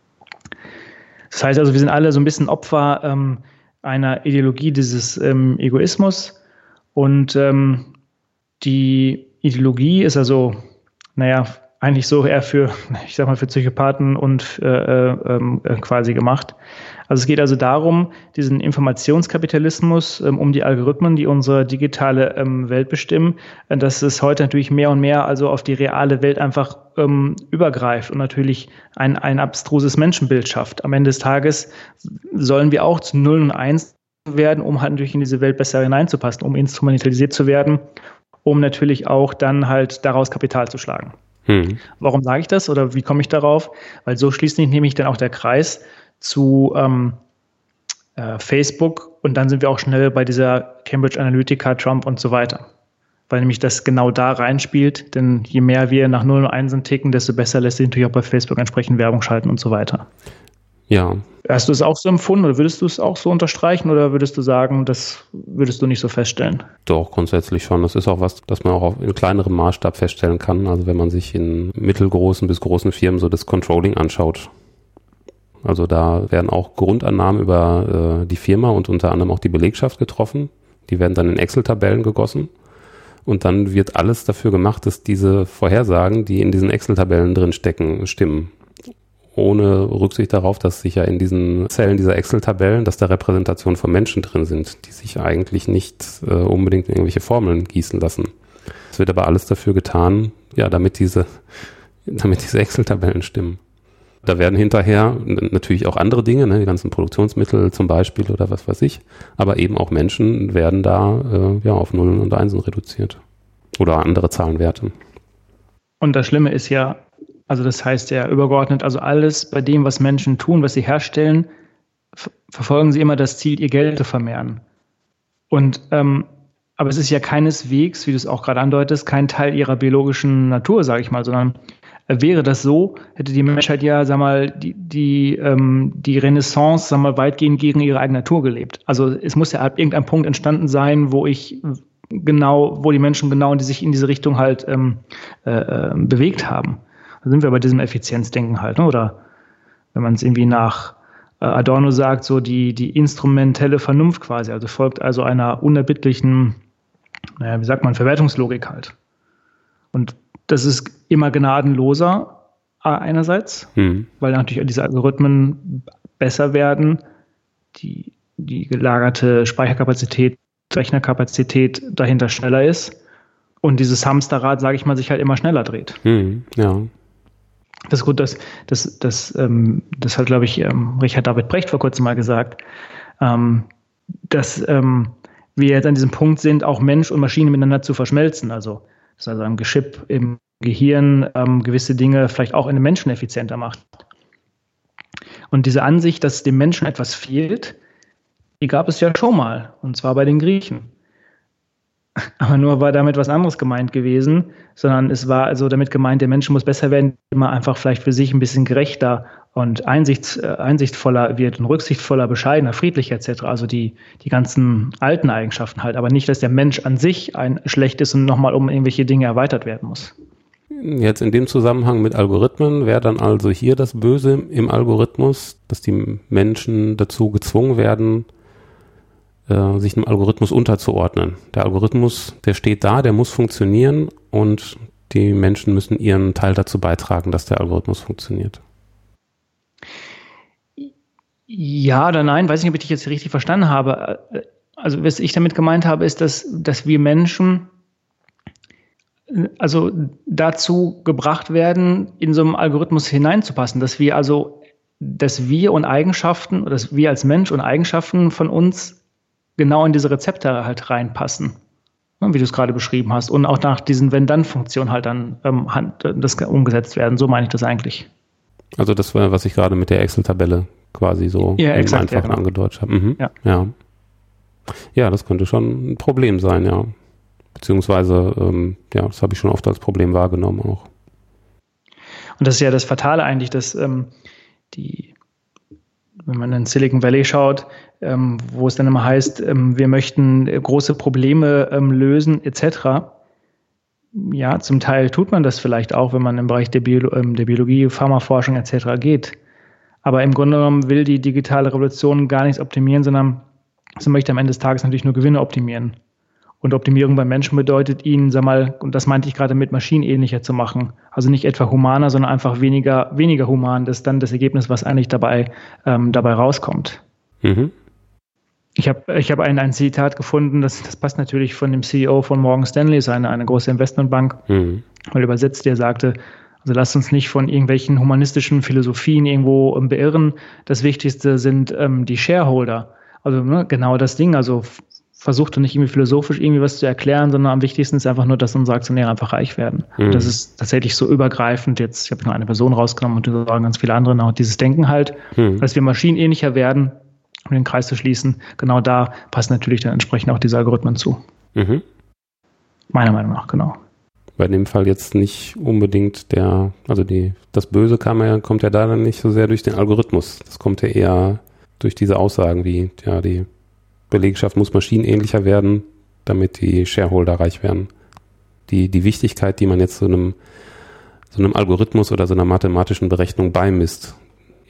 Das heißt also, wir sind alle so ein bisschen Opfer ähm, einer Ideologie dieses ähm, Egoismus. Und ähm, die Ideologie ist also, naja, eigentlich so eher für, ich sag mal, für Psychopathen und äh, äh, quasi gemacht. Also es geht also darum, diesen Informationskapitalismus, ähm, um die Algorithmen, die unsere digitale ähm, Welt bestimmen, äh, dass es heute natürlich mehr und mehr also auf die reale Welt einfach ähm, übergreift und natürlich ein, ein abstruses Menschenbild schafft. Am Ende des Tages sollen wir auch zu Null und Eins werden, um halt natürlich in diese Welt besser hineinzupassen, um instrumentalisiert zu werden, um natürlich auch dann halt daraus Kapital zu schlagen. Hm. Warum sage ich das oder wie komme ich darauf? Weil so schließt sich nämlich dann auch der Kreis zu ähm, äh, Facebook, und dann sind wir auch schnell bei dieser Cambridge Analytica, Trump und so weiter. Weil nämlich das genau da reinspielt, denn je mehr wir nach Null und Einsen ticken, desto besser lässt sich natürlich auch bei Facebook entsprechend Werbung schalten und so weiter. Ja. Hast du es auch so empfunden oder würdest du es auch so unterstreichen oder würdest du sagen, das würdest du nicht so feststellen? Doch, grundsätzlich schon. Das ist auch was, das man auch auf, in kleinerem Maßstab feststellen kann. Also wenn man sich in mittelgroßen bis großen Firmen so das Controlling anschaut, Also da werden auch Grundannahmen über äh, die Firma und unter anderem auch die Belegschaft getroffen. Die werden dann in Excel-Tabellen gegossen. Und dann wird alles dafür gemacht, dass diese Vorhersagen, die in diesen Excel-Tabellen drin stecken, stimmen. Ohne Rücksicht darauf, dass sich ja in diesen Zellen dieser Excel-Tabellen, dass da Repräsentationen von Menschen drin sind, die sich eigentlich nicht äh, unbedingt in irgendwelche Formeln gießen lassen. Es wird aber alles dafür getan, ja, damit diese, damit diese Excel-Tabellen stimmen. Da werden hinterher natürlich auch andere Dinge, ne, die ganzen Produktionsmittel zum Beispiel oder was weiß ich, aber eben auch Menschen werden da äh, ja auf Nullen und Einsen reduziert oder andere Zahlenwerte. Und das Schlimme ist ja, also das heißt ja übergeordnet, also alles bei dem, was Menschen tun, was sie herstellen, f- verfolgen sie immer das Ziel, ihr Geld zu vermehren. Und ähm, aber es ist ja keineswegs, wie du es auch gerade andeutest, kein Teil ihrer biologischen Natur, sage ich mal, sondern wäre das so, hätte die Menschheit ja, sag mal, die, die, ähm, die Renaissance, sag mal, weitgehend gegen ihre eigene Natur gelebt. Also es muss ja ab irgendeinem Punkt entstanden sein, wo ich genau, wo die Menschen genau die sich in diese Richtung halt ähm, äh, bewegt haben. Da sind wir bei diesem Effizienzdenken halt, ne? Oder wenn man es irgendwie nach äh, Adorno sagt, so die, die instrumentelle Vernunft quasi, also folgt also einer unerbittlichen, naja, wie sagt man, Verwertungslogik halt. Und das ist immer gnadenloser einerseits, hm. weil natürlich diese Algorithmen besser werden, die, die gelagerte Speicherkapazität, Rechnerkapazität dahinter schneller ist und dieses Hamsterrad, sage ich mal, sich halt immer schneller dreht. Hm. Ja. Das ist gut, das, das, das, ähm, das hat, glaube ich, ähm, Richard David Brecht vor kurzem mal gesagt, ähm, dass ähm, wir jetzt an diesem Punkt sind, auch Mensch und Maschine miteinander zu verschmelzen. Also dass also ein Chip im Gehirn ähm, gewisse Dinge vielleicht auch in den Menschen effizienter macht. Und diese Ansicht, dass dem Menschen etwas fehlt, die gab es ja schon mal, und zwar bei den Griechen. Aber nur war damit was anderes gemeint gewesen, sondern es war also damit gemeint, der Mensch muss besser werden, indem er einfach vielleicht für sich ein bisschen gerechter und einsichts, äh, einsichtsvoller wird und rücksichtsvoller, bescheidener, friedlicher et cetera. Also die, die ganzen alten Eigenschaften halt, aber nicht, dass der Mensch an sich ein schlecht ist und nochmal um irgendwelche Dinge erweitert werden muss. Jetzt in dem Zusammenhang mit Algorithmen wäre dann also hier das Böse im Algorithmus, dass die Menschen dazu gezwungen werden, sich einem Algorithmus unterzuordnen. Der Algorithmus, der steht da, der muss funktionieren und die Menschen müssen ihren Teil dazu beitragen, dass der Algorithmus funktioniert. Ja oder nein, weiß nicht, ob ich dich jetzt richtig verstanden habe. Also was ich damit gemeint habe, ist, dass, dass wir Menschen also dazu gebracht werden, in so einem Algorithmus hineinzupassen, dass wir also, dass wir und Eigenschaften, oder dass wir als Mensch und Eigenschaften von uns genau in diese Rezepte halt reinpassen, wie du es gerade beschrieben hast, und auch nach diesen Wenn-Dann-Funktionen halt dann ähm, das umgesetzt werden. So meine ich das eigentlich. Also das war, was ich gerade mit der Excel-Tabelle quasi so ja, im exakt, Einfachen ja, genau. angedeutet habe. Mhm. Ja. Ja. ja, das könnte schon ein Problem sein, ja. Beziehungsweise, ähm, ja, das habe ich schon oft als Problem wahrgenommen auch. Und das ist ja das Fatale eigentlich, dass ähm, die, wenn man in Silicon Valley schaut, ähm, wo es dann immer heißt, ähm, wir möchten große Probleme ähm, lösen et cetera. Ja, zum Teil tut man das vielleicht auch, wenn man im Bereich der, Bio, ähm, der Biologie, Pharmaforschung et cetera geht. Aber im Grunde genommen will die digitale Revolution gar nichts optimieren, sondern sie möchte am Ende des Tages natürlich nur Gewinne optimieren. Und Optimierung beim Menschen bedeutet, ihn, sag mal, und das meinte ich gerade mit maschinenähnlicher zu machen. Also nicht etwa humaner, sondern einfach weniger, weniger human. Das ist dann das Ergebnis, was eigentlich dabei, ähm, dabei rauskommt. Mhm. Ich habe ich hab ein, ein Zitat gefunden, das, das passt natürlich von dem C E O von Morgan Stanley, ist eine, eine große Investmentbank, mhm. weil übersetzt, der sagte, also lasst uns nicht von irgendwelchen humanistischen Philosophien irgendwo ähm, beirren. Das Wichtigste sind ähm, die Shareholder. Also ne, genau das Ding, also versucht nicht irgendwie philosophisch irgendwie was zu erklären, sondern am wichtigsten ist einfach nur, dass unsere Aktionäre einfach reich werden. Mhm. Und das ist tatsächlich so übergreifend. Jetzt, ich habe nur eine Person rausgenommen und da sagen ganz viele andere auch dieses Denken halt, mhm. dass wir maschinenähnlicher werden, um den Kreis zu schließen. Genau da passen natürlich dann entsprechend auch diese Algorithmen zu. Mhm. Meiner Meinung nach, genau. Bei dem Fall jetzt nicht unbedingt der, also die, das Böse kam ja, kommt ja da dann nicht so sehr durch den Algorithmus. Das kommt ja eher durch diese Aussagen wie, ja, die Belegschaft muss maschinenähnlicher werden, damit die Shareholder reich werden. Die, die Wichtigkeit, die man jetzt so einem, so einem Algorithmus oder so einer mathematischen Berechnung beimisst,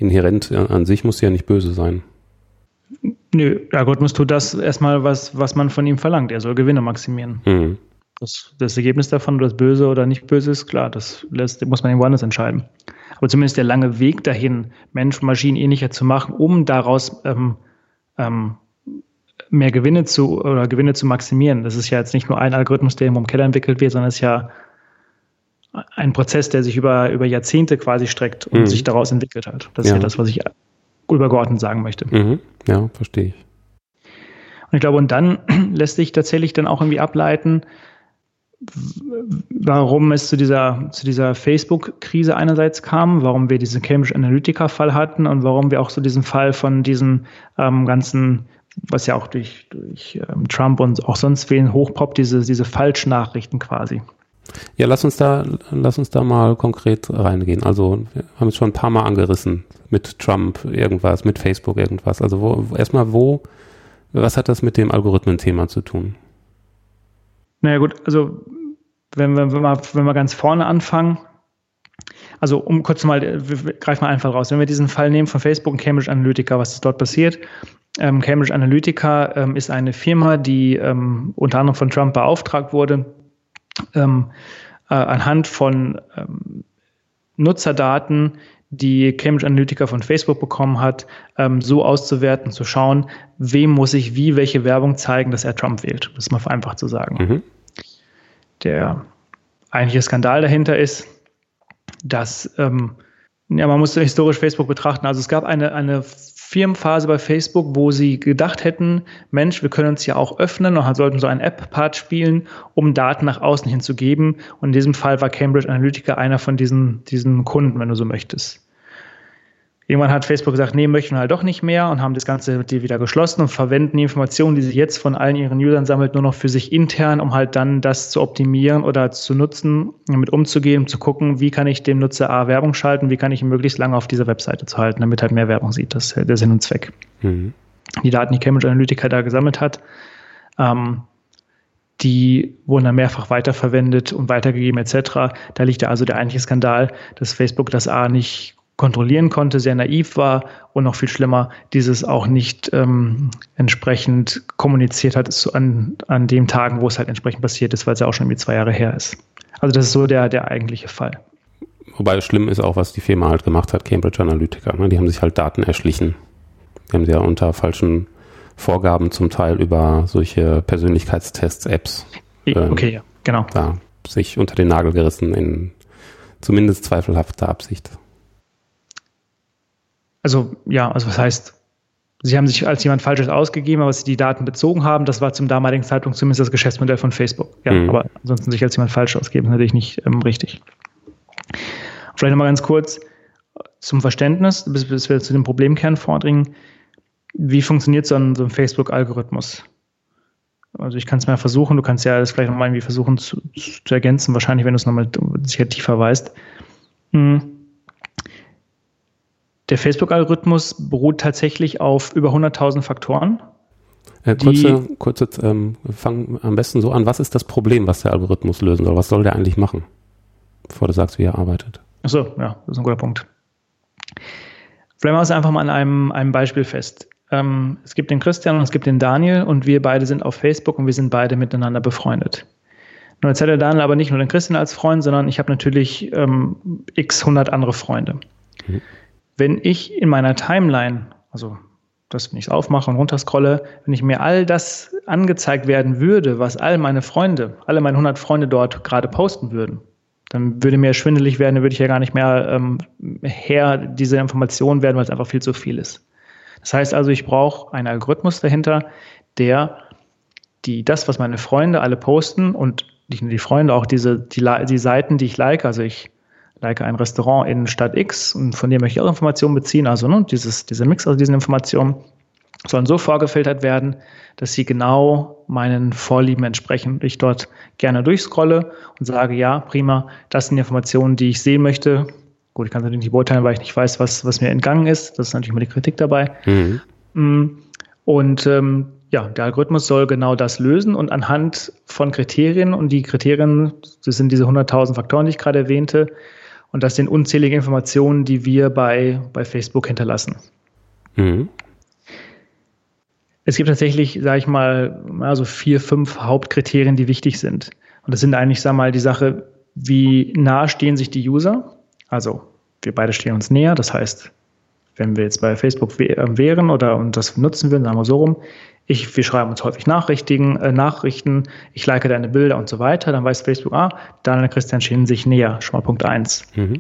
inhärent an sich muss ja nicht böse sein. Nö, der Algorithmus tut das erstmal, was, was man von ihm verlangt. Er soll Gewinne maximieren. Mhm. Das, das Ergebnis davon, ob das böse oder nicht böse ist, klar, das lässt, muss man irgendwo anders entscheiden. Aber zumindest der lange Weg dahin, Mensch und Maschinen ähnlicher zu machen, um daraus ähm, ähm, mehr Gewinne zu oder Gewinne zu maximieren. Das ist ja jetzt nicht nur ein Algorithmus, der im Keller entwickelt wird, sondern es ist ja ein Prozess, der sich über, über Jahrzehnte quasi streckt und mhm. sich daraus entwickelt hat. Das ist ja, ja das, was ich übergeordnet sagen möchte. Mhm. Ja, verstehe ich. Und ich glaube, und dann lässt sich tatsächlich dann auch irgendwie ableiten, warum es zu dieser, zu dieser Facebook-Krise einerseits kam, warum wir diesen Cambridge Analytica-Fall hatten und warum wir auch so diesen Fall von diesen ähm, ganzen, was ja auch durch, durch ähm, Trump und auch sonst wen hochpoppt, diese, diese Falschnachrichten quasi. Ja, lass uns da, lass uns da mal konkret reingehen. Also wir haben es schon ein paar Mal angerissen mit Trump irgendwas, mit Facebook irgendwas. Also wo, erstmal wo, was hat das mit dem Algorithmen-Thema zu tun? Naja gut, also wenn wir, wenn wir, wenn wir ganz vorne anfangen, also um kurz mal, greif mal einfach raus, wenn wir diesen Fall nehmen von Facebook und Cambridge Analytica, was ist dort passiert? Ähm, Cambridge Analytica ähm, ist eine Firma, die ähm, unter anderem von Trump beauftragt wurde, ähm, äh, anhand von ähm, Nutzerdaten, die Cambridge Analytica von Facebook bekommen hat, ähm, so auszuwerten, zu schauen, wem muss ich wie welche Werbung zeigen, dass er Trump wählt. Das ist mal vereinfacht zu sagen. Mhm. Der eigentliche Skandal dahinter ist, dass, ähm, ja, man muss historisch Facebook betrachten. Also es gab eine, eine Firmenphase bei Facebook, wo sie gedacht hätten, Mensch, wir können uns ja auch öffnen und sollten so einen App-Part spielen, um Daten nach außen hin zu geben. Und in diesem Fall war Cambridge Analytica einer von diesen, diesen Kunden, wenn du so möchtest. Irgendwann hat Facebook gesagt, nee, möchten wir halt doch nicht mehr und haben das Ganze wieder geschlossen und verwenden die Informationen, die sie jetzt von allen ihren Usern sammelt, nur noch für sich intern, um halt dann das zu optimieren oder zu nutzen, damit umzugehen, um zu gucken, wie kann ich dem Nutzer A Werbung schalten, wie kann ich ihn möglichst lange auf dieser Webseite zu halten, damit halt mehr Werbung sieht. Das ist der Sinn und Zweck. Mhm. Die Daten, die Cambridge Analytica da gesammelt hat, ähm, die wurden dann mehrfach weiterverwendet und weitergegeben et cetera. Da liegt ja also der eigentliche Skandal, dass Facebook das A nicht kontrollieren konnte, sehr naiv war und noch viel schlimmer, dieses auch nicht ähm, entsprechend kommuniziert hat zu, an, an den Tagen, wo es halt entsprechend passiert ist, weil es ja auch schon irgendwie zwei Jahre her ist. Also das ist so der, der eigentliche Fall. Wobei schlimm ist auch, was die Firma halt gemacht hat, Cambridge Analytica. Ne? Die haben sich halt Daten erschlichen. Die haben sie ja unter falschen Vorgaben zum Teil über solche Persönlichkeitstests, Apps ähm, okay, ja, genau. da sich unter den Nagel gerissen in zumindest zweifelhafter Absicht. Also ja, also was heißt, sie haben sich als jemand Falsches ausgegeben, aber sie die Daten bezogen haben, das war zum damaligen Zeitpunkt zumindest das Geschäftsmodell von Facebook. Ja, mhm. Aber ansonsten sich als jemand falsch ausgeben, ist natürlich nicht ähm, richtig. Vielleicht nochmal ganz kurz zum Verständnis, bis, bis wir zu dem Problemkern vordringen. Wie funktioniert so ein, so ein Facebook-Algorithmus? Also ich kann es mal versuchen, du kannst ja das vielleicht nochmal irgendwie versuchen zu, zu ergänzen, wahrscheinlich, wenn du es nochmal sicher tiefer weißt. Hm. Der Facebook-Algorithmus beruht tatsächlich auf über hunderttausend Faktoren. Äh, kurze, kurze ähm, fang am besten so an. Was ist das Problem, was der Algorithmus lösen soll? Was soll der eigentlich machen? Bevor du sagst, wie er arbeitet. Achso, ja, das ist ein guter Punkt. Vielleicht machen wir es einfach mal an einem, einem Beispiel fest. Ähm, es gibt den Christian und es gibt den Daniel und wir beide sind auf Facebook und wir sind beide miteinander befreundet. Nun jetzt hat der Daniel aber nicht nur den Christian als Freund, sondern ich habe natürlich ähm, x hundert andere Freunde. Mhm. Wenn ich in meiner Timeline, also das, wenn ich es aufmache und runterscrolle, wenn ich mir all das angezeigt werden würde, was all meine Freunde, alle meine hundert Freunde dort gerade posten würden, dann würde mir schwindelig werden, dann würde ich ja gar nicht mehr ähm, Herr dieser Informationen werden, weil es einfach viel zu viel ist. Das heißt also, ich brauche einen Algorithmus dahinter, der die, das, was meine Freunde alle posten und nicht nur die Freunde, auch diese, die, die Seiten, die ich like, also ich like ein Restaurant in Stadt X und von dem möchte ich auch Informationen beziehen, also ne, dieses, dieser Mix aus diesen Informationen sollen so vorgefiltert werden, dass sie genau meinen Vorlieben entsprechen. Ich dort gerne durchscrolle und sage, ja, prima, das sind die Informationen, die ich sehen möchte. Gut, ich kann es natürlich nicht beurteilen, weil ich nicht weiß, was, was mir entgangen ist. Das ist natürlich immer die Kritik dabei. Mhm. Und ähm, ja, der Algorithmus soll genau das lösen und anhand von Kriterien, und die Kriterien, das sind diese hunderttausend Faktoren, die ich gerade erwähnte, Und das sind unzählige Informationen, die wir bei, bei Facebook hinterlassen. Mhm. Es gibt tatsächlich, sage ich mal, also vier, fünf Hauptkriterien, die wichtig sind. Und das sind eigentlich, sag mal, die Sache, wie nah stehen sich die User? Also wir beide stehen uns näher. Das heißt, wenn wir jetzt bei Facebook wären oder und das nutzen würden, sagen wir so rum, ich, wir schreiben uns häufig Nachrichten, äh, Nachrichten, ich like deine Bilder und so weiter, dann weiß Facebook, ah, Daniel und Christian stehen sich näher, schon mal Punkt eins. Mhm.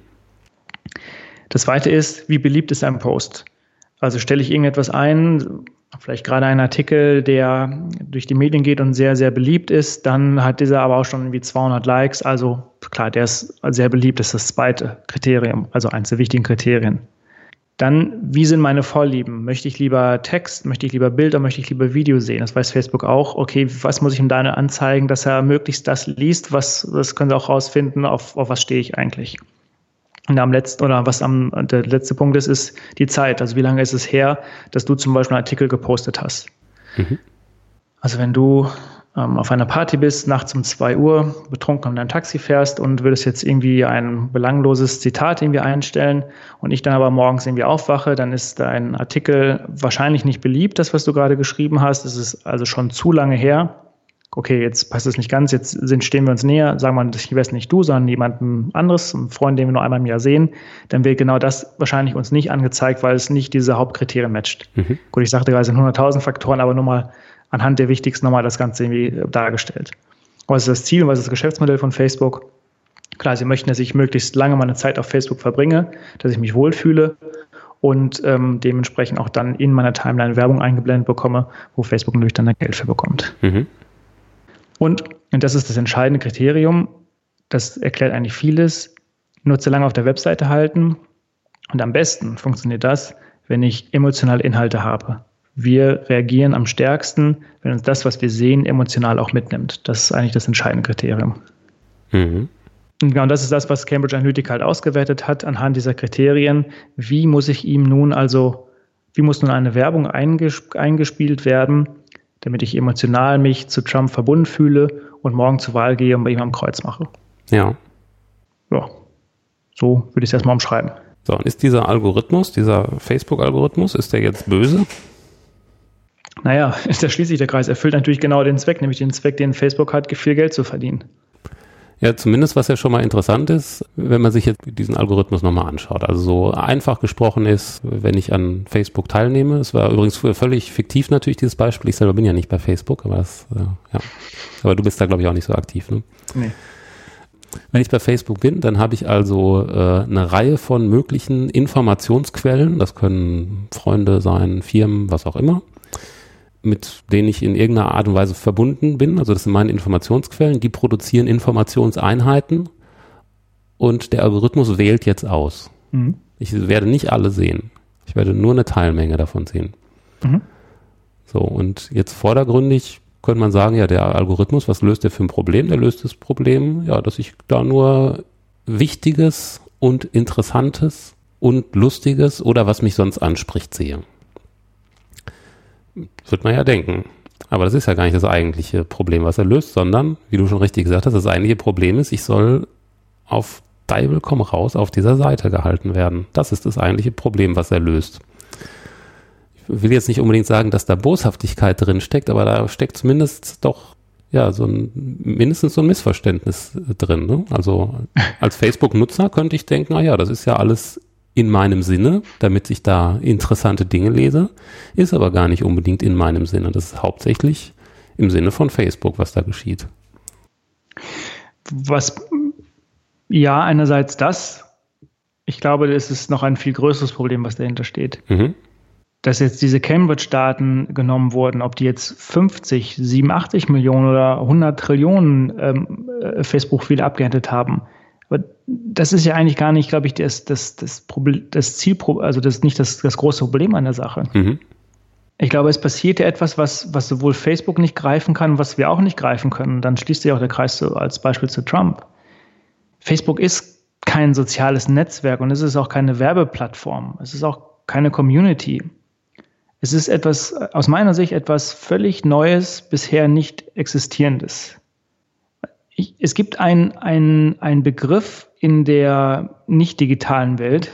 Das zweite ist, wie beliebt ist ein Post? Also stelle ich irgendetwas ein, vielleicht gerade einen Artikel, der durch die Medien geht und sehr, sehr beliebt ist, dann hat dieser aber auch schon irgendwie zweihundert Likes, also klar, der ist sehr beliebt, das ist das zweite Kriterium, also eines der wichtigen Kriterien. Dann, wie sind meine Vorlieben? Möchte ich lieber Text, möchte ich lieber Bilder, möchte ich lieber Video sehen? Das weiß Facebook auch. Okay, was muss ich ihm da anzeigen, dass er möglichst das liest? Was, das können Sie auch rausfinden, auf, auf was stehe ich eigentlich? Und am letzten, oder was am, der letzte Punkt ist, ist die Zeit. Also wie lange ist es her, dass du zum Beispiel einen Artikel gepostet hast? Mhm. Also wenn du ähm, auf einer Party bist, nachts um zwei Uhr, betrunken in deinem Taxi fährst und würdest jetzt irgendwie ein belangloses Zitat irgendwie einstellen und ich dann aber morgens irgendwie aufwache, dann ist dein Artikel wahrscheinlich nicht beliebt, das, was du gerade geschrieben hast. Es ist also schon zu lange her. Okay, jetzt passt es nicht ganz, jetzt sind, stehen wir uns näher, sagen wir, das wäre nicht du, sondern jemanden anderes, einen Freund, den wir nur einmal im Jahr sehen, dann wird genau das wahrscheinlich uns nicht angezeigt, weil es nicht diese Hauptkriterien matcht. Mhm. Gut, ich sagte gerade, es sind hunderttausend Faktoren, aber nur mal anhand der wichtigsten nochmal das Ganze irgendwie dargestellt. Was ist das Ziel und was ist das Geschäftsmodell von Facebook? Klar, sie möchten, dass ich möglichst lange meine Zeit auf Facebook verbringe, dass ich mich wohlfühle und ähm, dementsprechend auch dann in meiner Timeline Werbung eingeblendet bekomme, wo Facebook natürlich dann Geld für bekommt. Mhm. Und, und das ist das entscheidende Kriterium, das erklärt eigentlich vieles, Nutzer lange auf der Webseite halten und am besten funktioniert das, wenn ich emotionale Inhalte habe. Wir reagieren am stärksten, wenn uns das, was wir sehen, emotional auch mitnimmt. Das ist eigentlich das entscheidende Kriterium. Mhm. Und genau das ist das, was Cambridge Analytica halt ausgewertet hat anhand dieser Kriterien. Wie muss ich ihm nun also, wie muss nun eine Werbung eingesp- eingespielt werden, damit ich emotional mich zu Trump verbunden fühle und morgen zur Wahl gehe und bei ihm am Kreuz mache. Ja. Ja, so würde ich es erstmal umschreiben. So, und ist dieser Algorithmus, dieser Facebook-Algorithmus, ist der jetzt böse? Naja, da schließt sich der Kreis. Erfüllt natürlich genau den Zweck, nämlich den Zweck, den Facebook hat, viel Geld zu verdienen. Ja, zumindest was ja schon mal interessant ist, wenn man sich jetzt diesen Algorithmus nochmal anschaut. Also so einfach gesprochen ist, wenn ich an Facebook teilnehme. Es war übrigens völlig fiktiv natürlich dieses Beispiel. Ich selber bin ja nicht bei Facebook, aber das, äh, ja. Aber du bist da, glaube ich, auch nicht so aktiv, ne? Nee. Wenn ich bei Facebook bin, dann habe ich also äh, eine Reihe von möglichen Informationsquellen. Das können Freunde sein, Firmen, was auch immer, mit denen ich in irgendeiner Art und Weise verbunden bin. Also das sind meine Informationsquellen, die produzieren Informationseinheiten und der Algorithmus wählt jetzt aus. Mhm. Ich werde nicht alle sehen. Ich werde nur eine Teilmenge davon sehen. Mhm. So, und jetzt vordergründig könnte man sagen, ja, der Algorithmus, was löst der für ein Problem? Der löst das Problem, ja, dass ich da nur Wichtiges und Interessantes und Lustiges oder was mich sonst anspricht sehe. Wird man ja denken. Aber das ist ja gar nicht das eigentliche Problem, was er löst, sondern, wie du schon richtig gesagt hast, das eigentliche Problem ist, ich soll auf Teufel komm raus auf dieser Seite gehalten werden. Das ist das eigentliche Problem, was er löst. Ich will jetzt nicht unbedingt sagen, dass da Boshaftigkeit drin steckt, aber da steckt zumindest doch ja so ein mindestens so ein Missverständnis drin. Ne? Also als Facebook-Nutzer könnte ich denken, naja, das ist ja alles in meinem Sinne, damit ich da interessante Dinge lese, ist aber gar nicht unbedingt in meinem Sinne. Das ist hauptsächlich im Sinne von Facebook, was da geschieht. Was, ja, einerseits das. Ich glaube, es ist noch ein viel größeres Problem, was dahinter steht. Mhm. Dass jetzt diese Cambridge-Daten genommen wurden, ob die jetzt fünfzig, siebenundachtzig Millionen oder hundert Trillionen ähm, Facebook-Profile abgeerntet haben. Aber das ist ja eigentlich gar nicht, glaube ich, das, das, das, Problem, das Ziel, also das ist nicht das, das große Problem an der Sache. Mhm. Ich glaube, es passiert ja etwas, was, was sowohl Facebook nicht greifen kann, was wir auch nicht greifen können. Dann schließt sich auch der Kreis so als Beispiel zu Trump. Facebook ist kein soziales Netzwerk und es ist auch keine Werbeplattform. Es ist auch keine Community. Es ist etwas, aus meiner Sicht, etwas völlig Neues, bisher nicht Existierendes. Ich, es gibt einen ein Begriff in der nicht digitalen Welt.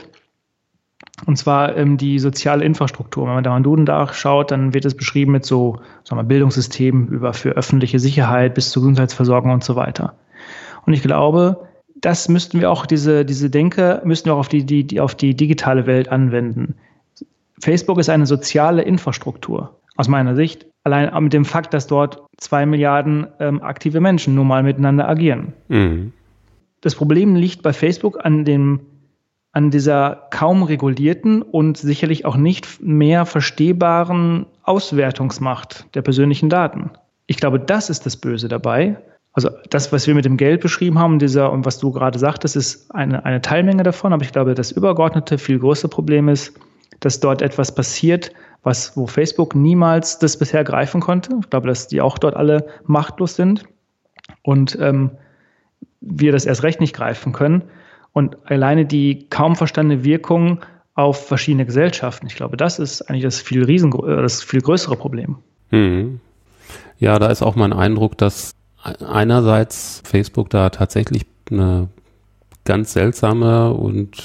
Und zwar ähm, die soziale Infrastruktur. Wenn man da mal Duden nachschaut, dann wird es beschrieben mit so, sagen wir, Bildungssystemen über für öffentliche Sicherheit bis zur Gesundheitsversorgung und so weiter. Und ich glaube, das müssten wir auch, diese, diese Denke, müssten wir auch auf die, die, die, auf die digitale Welt anwenden. Facebook ist eine soziale Infrastruktur, aus meiner Sicht. Allein mit dem Fakt, dass dort zwei Milliarden ähm, aktive Menschen nun mal miteinander agieren. Mhm. Das Problem liegt bei Facebook an dem an dieser kaum regulierten und sicherlich auch nicht mehr verstehbaren Auswertungsmacht der persönlichen Daten. Ich glaube, das ist das Böse dabei. Also das, was wir mit dem Geld beschrieben haben, dieser und was du gerade sagtest, ist eine, eine Teilmenge davon. Aber ich glaube, das übergeordnete, viel größere Problem ist, dass dort etwas passiert, was, wo Facebook niemals das bisher greifen konnte. Ich glaube, dass die auch dort alle machtlos sind und ähm, wir das erst recht nicht greifen können. Und alleine die kaum verstandene Wirkung auf verschiedene Gesellschaften, ich glaube, das ist eigentlich das viel, riesen, das viel größere Problem. Hm. Ja, da ist auch mein Eindruck, dass einerseits Facebook da tatsächlich eine ganz seltsame und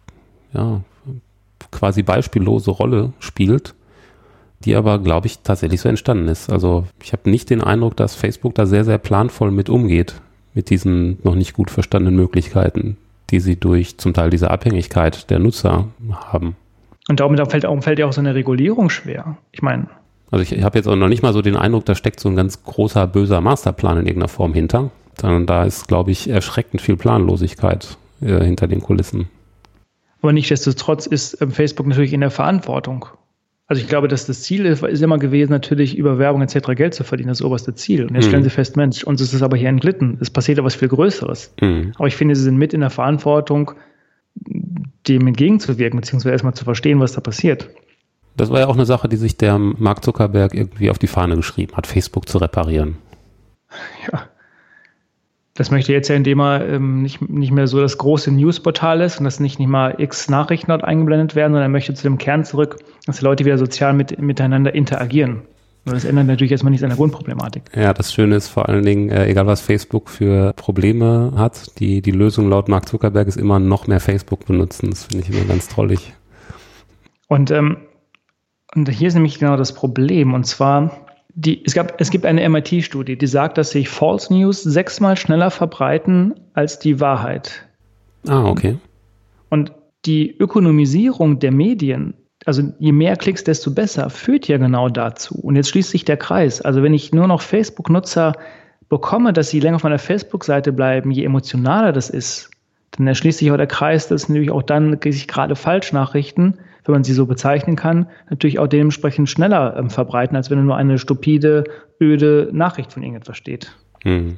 ja quasi beispiellose Rolle spielt, die aber, glaube ich, tatsächlich so entstanden ist. Also ich habe nicht den Eindruck, dass Facebook da sehr, sehr planvoll mit umgeht, mit diesen noch nicht gut verstandenen Möglichkeiten, die sie durch zum Teil diese Abhängigkeit der Nutzer haben. Und darum fällt, darum fällt ja auch so eine Regulierung schwer. Ich meine. Also ich, ich habe jetzt auch noch nicht mal so den Eindruck, da steckt so ein ganz großer, böser Masterplan in irgendeiner Form hinter, sondern da ist, glaube ich, erschreckend viel Planlosigkeit äh, hinter den Kulissen. Aber nichtsdestotrotz ist äh, Facebook natürlich in der Verantwortung. Also ich glaube, dass das Ziel ist, ist immer gewesen, natürlich über Werbung et cetera Geld zu verdienen, das oberste Ziel. Und jetzt mhm. stellen sie fest, Mensch, uns ist es aber hier entglitten. Es passiert ja was viel Größeres. Mhm. Aber ich finde, sie sind mit in der Verantwortung, dem entgegenzuwirken, beziehungsweise erstmal zu verstehen, was da passiert. Das war ja auch eine Sache, die sich der Mark Zuckerberg irgendwie auf die Fahne geschrieben hat, Facebook zu reparieren. Ja. Das möchte jetzt ja, indem er ähm, nicht, nicht mehr so das große Newsportal ist und dass nicht, nicht mal x Nachrichten dort eingeblendet werden, sondern er möchte zu dem Kern zurück, dass die Leute wieder sozial mit, miteinander interagieren. Und das ändert natürlich erstmal nichts an der Grundproblematik. Ja, das Schöne ist vor allen Dingen, äh, egal was Facebook für Probleme hat, die, die Lösung laut Mark Zuckerberg ist immer noch mehr Facebook benutzen. Das finde ich immer ganz trollig. Und, ähm, und hier ist nämlich genau das Problem. Und zwar, die, es, gab, es gibt eine M I T-Studie, die sagt, dass sich False News sechsmal schneller verbreiten als die Wahrheit. Ah, okay. Und die Ökonomisierung der Medien, also je mehr Klicks, desto besser, führt ja genau dazu. Und jetzt schließt sich der Kreis. Also wenn ich nur noch Facebook-Nutzer bekomme, dass sie länger auf meiner Facebook-Seite bleiben, je emotionaler das ist, dann erschließt sich auch der Kreis, dass natürlich auch dann sich gerade Falschnachrichten, wenn man sie so bezeichnen kann, natürlich auch dementsprechend schneller ähm, verbreiten, als wenn nur eine stupide, öde Nachricht von irgendetwas steht. Hm.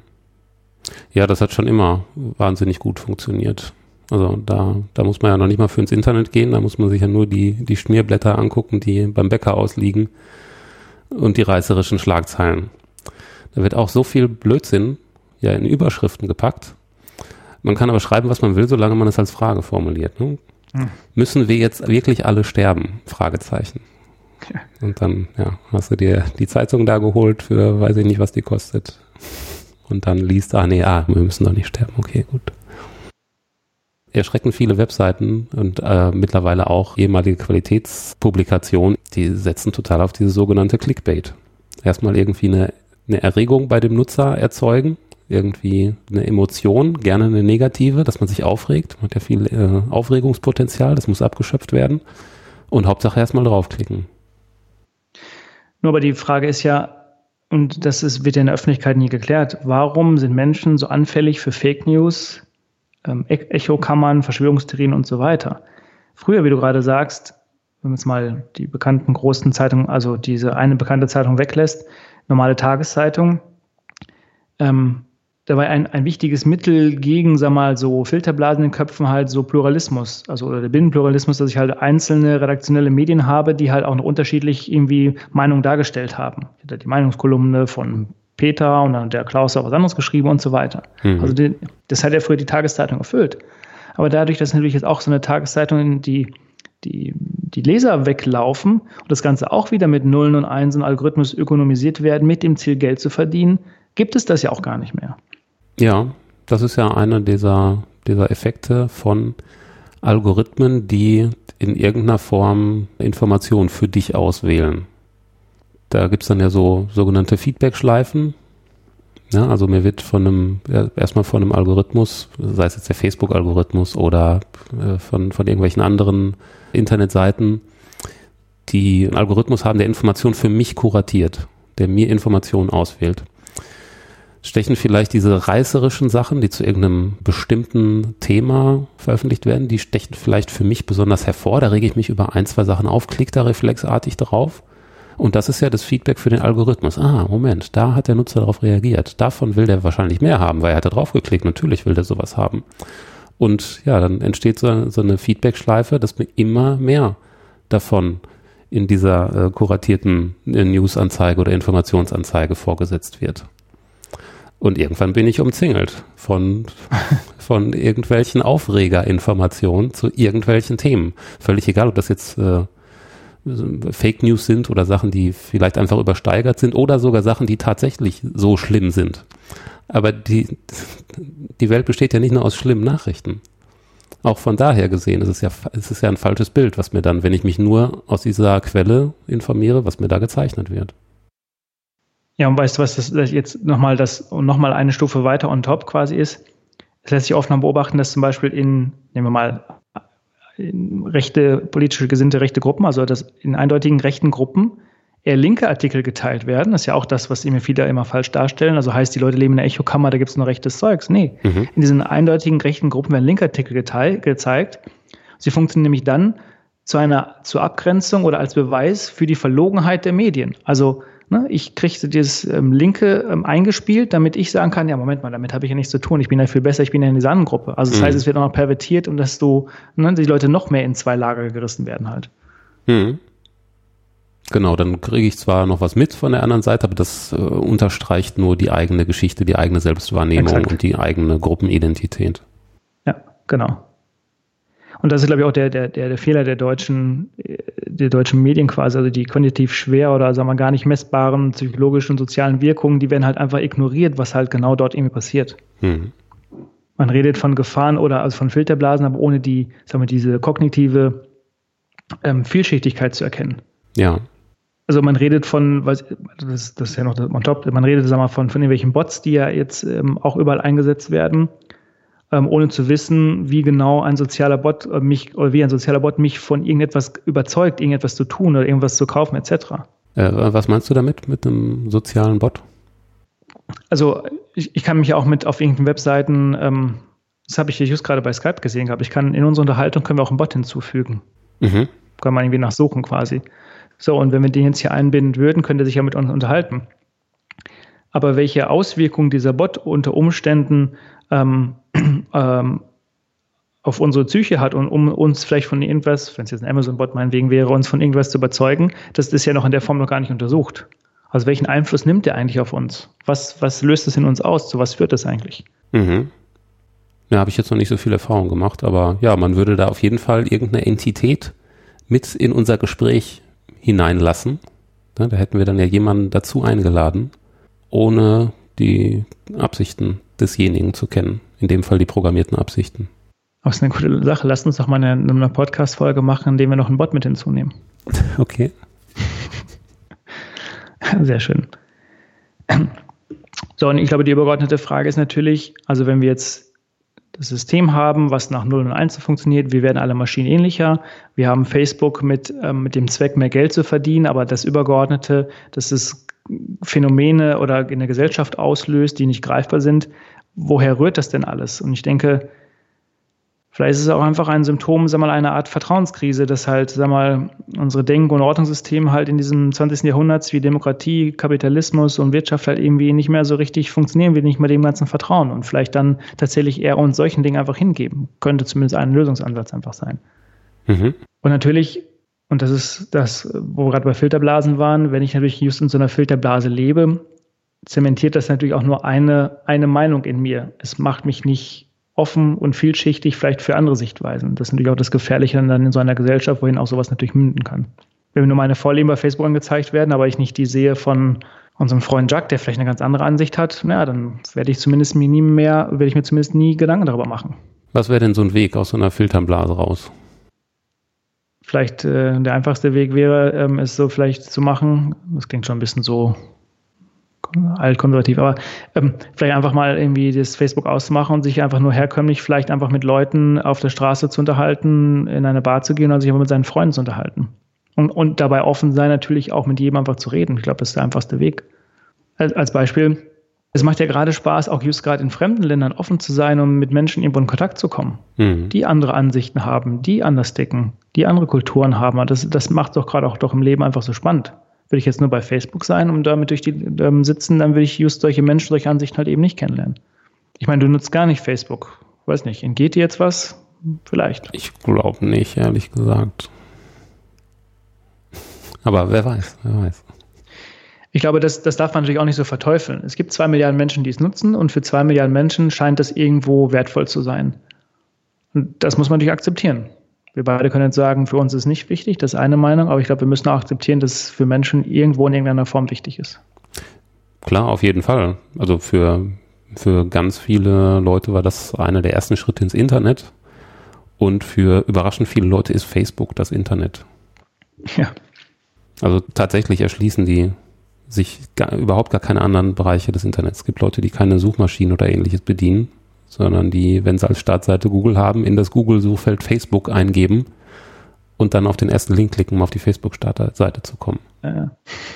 Ja, das hat schon immer wahnsinnig gut funktioniert. Also da, da muss man ja noch nicht mal für ins Internet gehen, da muss man sich ja nur die, die Schmierblätter angucken, die beim Bäcker ausliegen und die reißerischen Schlagzeilen. Da wird auch so viel Blödsinn ja in Überschriften gepackt. Man kann aber schreiben, was man will, solange man es als Frage formuliert. Ne? Hm. Müssen wir jetzt wirklich alle sterben? Fragezeichen. Ja. Und dann ja, hast du dir die Zeitung da geholt für, weiß ich nicht, was die kostet. Und dann liest, ah nee, ah, wir müssen doch nicht sterben. Okay, gut. Erschreckend viele Webseiten und äh, mittlerweile auch ehemalige Qualitätspublikationen, die setzen total auf diese sogenannte Clickbait. Erstmal irgendwie eine, eine Erregung bei dem Nutzer erzeugen, irgendwie eine Emotion, gerne eine negative, dass man sich aufregt. Man hat ja viel äh, Aufregungspotenzial, das muss abgeschöpft werden. Und Hauptsache erstmal draufklicken. Nur aber die Frage ist ja, und das ist, wird ja in der Öffentlichkeit nie geklärt, warum sind Menschen so anfällig für Fake News, Echokammern, Verschwörungstheorien und so weiter. Früher, wie du gerade sagst, wenn man jetzt mal die bekannten großen Zeitungen, also diese eine bekannte Zeitung weglässt, normale Tageszeitung, ähm, da war ein, ein wichtiges Mittel gegen, sag mal, so Filterblasen in den Köpfen halt so Pluralismus, also oder der Binnenpluralismus, dass ich halt einzelne redaktionelle Medien habe, die halt auch noch unterschiedlich irgendwie Meinungen dargestellt haben. Ich hatte die Meinungskolumne von Peter und dann der Klaus hat was anderes geschrieben und so weiter. Mhm. Also die, das hat ja früher die Tageszeitung erfüllt. Aber dadurch, dass natürlich jetzt auch so eine Tageszeitung die, die, die Leser weglaufen und das Ganze auch wieder mit Nullen und Einsen Algorithmus ökonomisiert werden, mit dem Ziel, Geld zu verdienen, gibt es das ja auch gar nicht mehr. Ja, das ist ja einer dieser, dieser Effekte von Algorithmen, die in irgendeiner Form Informationen für dich auswählen. Da gibt es dann ja so sogenannte Feedback-Schleifen. Ja, also mir wird von einem, ja, erstmal von einem Algorithmus, sei es jetzt der Facebook-Algorithmus oder äh, von, von irgendwelchen anderen Internetseiten, die einen Algorithmus haben, der Informationen für mich kuratiert, der mir Informationen auswählt. Stechen vielleicht diese reißerischen Sachen, die zu irgendeinem bestimmten Thema veröffentlicht werden, die stechen vielleicht für mich besonders hervor. Da rege ich mich über ein, zwei Sachen auf, klicke da reflexartig drauf. Und das ist ja das Feedback für den Algorithmus. Ah, Moment, da hat der Nutzer darauf reagiert. Davon will der wahrscheinlich mehr haben, weil er hat da drauf geklickt. Natürlich will der sowas haben. Und ja, dann entsteht so, so eine Feedback-Schleife, dass mir immer mehr davon in dieser äh, kuratierten äh, News-Anzeige oder Informationsanzeige vorgesetzt wird. Und irgendwann bin ich umzingelt von, von irgendwelchen Aufregerinformationen zu irgendwelchen Themen. Völlig egal, ob das jetzt äh, Fake News sind oder Sachen, die vielleicht einfach übersteigert sind oder sogar Sachen, die tatsächlich so schlimm sind. Aber die, die Welt besteht ja nicht nur aus schlimmen Nachrichten. Auch von daher gesehen ist es ja, es ist ja ein falsches Bild, was mir dann, wenn ich mich nur aus dieser Quelle informiere, was mir da gezeichnet wird. Ja, und weißt du, was das jetzt nochmal das und nochmal eine Stufe weiter on top quasi ist? Es lässt sich oft noch beobachten, dass zum Beispiel in, nehmen wir mal, in rechte, politische gesinnte rechte Gruppen, also dass in eindeutigen rechten Gruppen eher linke Artikel geteilt werden. Das ist ja auch das, was immer viele immer falsch darstellen. Also heißt, die Leute leben in der Echokammer, da gibt es nur rechtes Zeugs. Nee, mhm. In diesen eindeutigen rechten Gruppen werden linke Artikel geteilt, gezeigt. Sie funktionieren nämlich dann zu einer, zur Abgrenzung oder als Beweis für die Verlogenheit der Medien. Also ne, ich kriege dieses ähm, Linke ähm, eingespielt, damit ich sagen kann, ja, Moment mal, damit habe ich ja nichts zu tun. Ich bin ja viel besser, ich bin ja in dieser anderen Gruppe. Also das mhm. heißt, es wird auch noch pervertiert und dass du, ne, die Leute noch mehr in zwei Lager gerissen werden halt. Mhm. Genau, dann kriege ich zwar noch was mit von der anderen Seite, aber das äh, unterstreicht nur die eigene Geschichte, die eigene Selbstwahrnehmung Exakt. Und die eigene Gruppenidentität. Ja, genau. Und das ist, glaube ich, auch der, der, der, der Fehler der deutschen, der deutschen Medien quasi, also die kognitiv schwer oder sagen wir gar nicht messbaren psychologischen und sozialen Wirkungen, die werden halt einfach ignoriert, was halt genau dort irgendwie passiert. Hm. Man redet von Gefahren oder also von Filterblasen, aber ohne die, sagen wir, diese kognitive ähm, Vielschichtigkeit zu erkennen. Ja. Also man redet von, was, das, das ist ja noch on top, man redet, sagen wir mal, von, von irgendwelchen Bots, die ja jetzt ähm, auch überall eingesetzt werden, ähm, ohne zu wissen, wie genau ein sozialer Bot äh, mich oder wie ein sozialer Bot mich von irgendetwas überzeugt, irgendetwas zu tun oder irgendwas zu kaufen, et cetera. Äh, was meinst du damit, mit einem sozialen Bot? Also ich, ich kann mich auch mit auf irgendwelchen Webseiten, ähm, das habe ich just gerade bei Skype gesehen gehabt, ich kann in unsere Unterhaltung können wir auch einen Bot hinzufügen. Mhm. Kann man irgendwie nachsuchen quasi. So, und wenn wir den jetzt hier einbinden würden, könnte er sich ja mit uns unterhalten. Aber welche Auswirkungen dieser Bot unter Umständen ähm, ähm, auf unsere Psyche hat und um uns vielleicht von irgendwas, wenn es jetzt ein Amazon-Bot meinetwegen wäre, uns von irgendwas zu überzeugen, das ist ja noch in der Form noch gar nicht untersucht. Also welchen Einfluss nimmt der eigentlich auf uns? Was, was löst es in uns aus? Zu was führt das eigentlich? Mhm. Ja, habe ich jetzt noch nicht so viel Erfahrung gemacht, aber ja, man würde da auf jeden Fall irgendeine Entität mit in unser Gespräch hineinlassen. Ja, da hätten wir dann ja jemanden dazu eingeladen, ohne die Absichten desjenigen zu kennen. In dem Fall die programmierten Absichten. Das ist eine gute Sache. Lasst uns doch mal eine, eine Podcast-Folge machen, in der wir noch einen Bot mit hinzunehmen. Okay. Sehr schön. So, und ich glaube, die übergeordnete Frage ist natürlich, also wenn wir jetzt das System haben, was nach null und eins funktioniert, wir werden alle maschinenähnlicher, wir haben Facebook mit, ähm, mit dem Zweck, mehr Geld zu verdienen, aber das Übergeordnete, dass es Phänomene oder in der Gesellschaft auslöst, die nicht greifbar sind, woher rührt das denn alles? Und ich denke, vielleicht ist es auch einfach ein Symptom, sag mal, einer Art Vertrauenskrise, dass halt, sag mal, unsere Denk- und Ordnungssysteme halt in diesem zwanzigsten Jahrhundert wie Demokratie, Kapitalismus und Wirtschaft halt irgendwie nicht mehr so richtig funktionieren, wir nicht mehr dem Ganzen vertrauen und vielleicht dann tatsächlich eher uns solchen Dingen einfach hingeben. Könnte zumindest ein Lösungsansatz einfach sein. Mhm. Und natürlich, und das ist das, wo wir gerade bei Filterblasen waren, wenn ich natürlich just in so einer Filterblase lebe, zementiert das natürlich auch nur eine, eine Meinung in mir. Es macht mich nicht offen und vielschichtig vielleicht für andere Sichtweisen. Das ist natürlich auch das Gefährliche dann in so einer Gesellschaft, wohin auch sowas natürlich münden kann. Wenn mir nur meine Vorlieben bei Facebook angezeigt werden, aber ich nicht die sehe von unserem Freund Jack, der vielleicht eine ganz andere Ansicht hat, na, dann werde ich zumindest mir nie mehr, werde ich mir zumindest nie Gedanken darüber machen. Was wäre denn so ein Weg aus so einer Filterblase raus? Vielleicht äh, der einfachste Weg wäre, ähm, es so vielleicht zu machen, das klingt schon ein bisschen so altkonservativ, aber ähm, vielleicht einfach mal irgendwie das Facebook auszumachen und sich einfach nur herkömmlich vielleicht einfach mit Leuten auf der Straße zu unterhalten, in eine Bar zu gehen und sich einfach mit seinen Freunden zu unterhalten. Und, und dabei offen sein, natürlich auch mit jedem einfach zu reden. Ich glaube, das ist der einfachste Weg. Als, als Beispiel, es macht ja gerade Spaß, auch just gerade in fremden Ländern offen zu sein, um mit Menschen irgendwo in Kontakt zu kommen, mhm. die andere Ansichten haben, die anders ticken, die andere Kulturen haben. Das, das macht doch gerade auch doch im Leben einfach so spannend. Würde ich jetzt nur bei Facebook sein und damit durch die ähm, sitzen, dann würde ich just solche Menschen, solche Ansichten halt eben nicht kennenlernen. Ich meine, du nutzt gar nicht Facebook. Weiß nicht, entgeht dir jetzt was? Vielleicht. Ich glaube nicht, ehrlich gesagt. Aber wer weiß, wer weiß. Ich glaube, das, das darf man natürlich auch nicht so verteufeln. Es gibt zwei Milliarden Menschen, die es nutzen und für zwei Milliarden Menschen scheint das irgendwo wertvoll zu sein. Und das muss man natürlich akzeptieren. Wir beide können jetzt sagen, für uns ist es nicht wichtig, das ist eine Meinung, aber ich glaube, wir müssen auch akzeptieren, dass es für Menschen irgendwo in irgendeiner Form wichtig ist. Klar, auf jeden Fall. Also für, für ganz viele Leute war das einer der ersten Schritte ins Internet und für überraschend viele Leute ist Facebook das Internet. Ja. Also tatsächlich erschließen die sich gar, überhaupt gar keine anderen Bereiche des Internets. Es gibt Leute, die keine Suchmaschinen oder ähnliches bedienen, sondern die, wenn sie als Startseite Google haben, in das Google-Suchfeld Facebook eingeben und dann auf den ersten Link klicken, um auf die Facebook-Startseite zu kommen. Ja.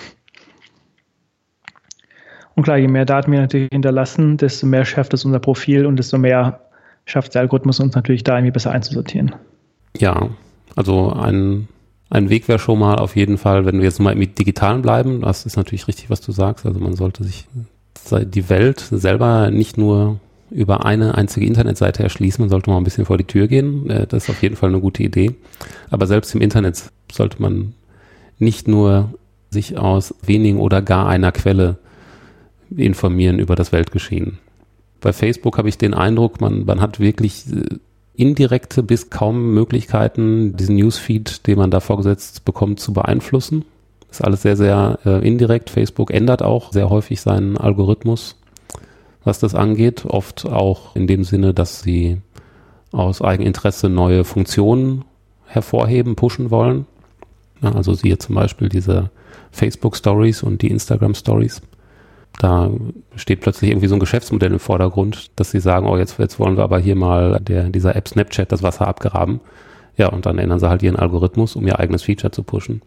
Und klar, je mehr Daten wir natürlich hinterlassen, desto mehr schärft es unser Profil und desto mehr schafft der Algorithmus uns natürlich da irgendwie besser einzusortieren. Ja, also ein, ein Weg wäre schon mal auf jeden Fall, wenn wir jetzt mal mit Digitalen bleiben, das ist natürlich richtig, was du sagst, also man sollte sich die Welt selber nicht nur über eine einzige Internetseite erschließen, man sollte mal ein bisschen vor die Tür gehen, das ist auf jeden Fall eine gute Idee, aber selbst im Internet sollte man nicht nur sich aus wenigen oder gar einer Quelle informieren über das Weltgeschehen. Bei Facebook habe ich den Eindruck, man, man hat wirklich indirekte bis kaum Möglichkeiten, diesen Newsfeed, den man da vorgesetzt bekommt, zu beeinflussen. Das ist alles sehr, sehr äh, indirekt. Facebook ändert auch sehr häufig seinen Algorithmus, was das angeht. Oft auch in dem Sinne, dass sie aus Eigeninteresse neue Funktionen hervorheben, pushen wollen. Ja, also siehe zum Beispiel diese Facebook-Stories und die Instagram-Stories. Da steht plötzlich irgendwie so ein Geschäftsmodell im Vordergrund, dass sie sagen, oh, jetzt, jetzt wollen wir aber hier mal der, dieser App Snapchat das Wasser abgraben. Ja, und dann ändern sie halt ihren Algorithmus, um ihr eigenes Feature zu pushen.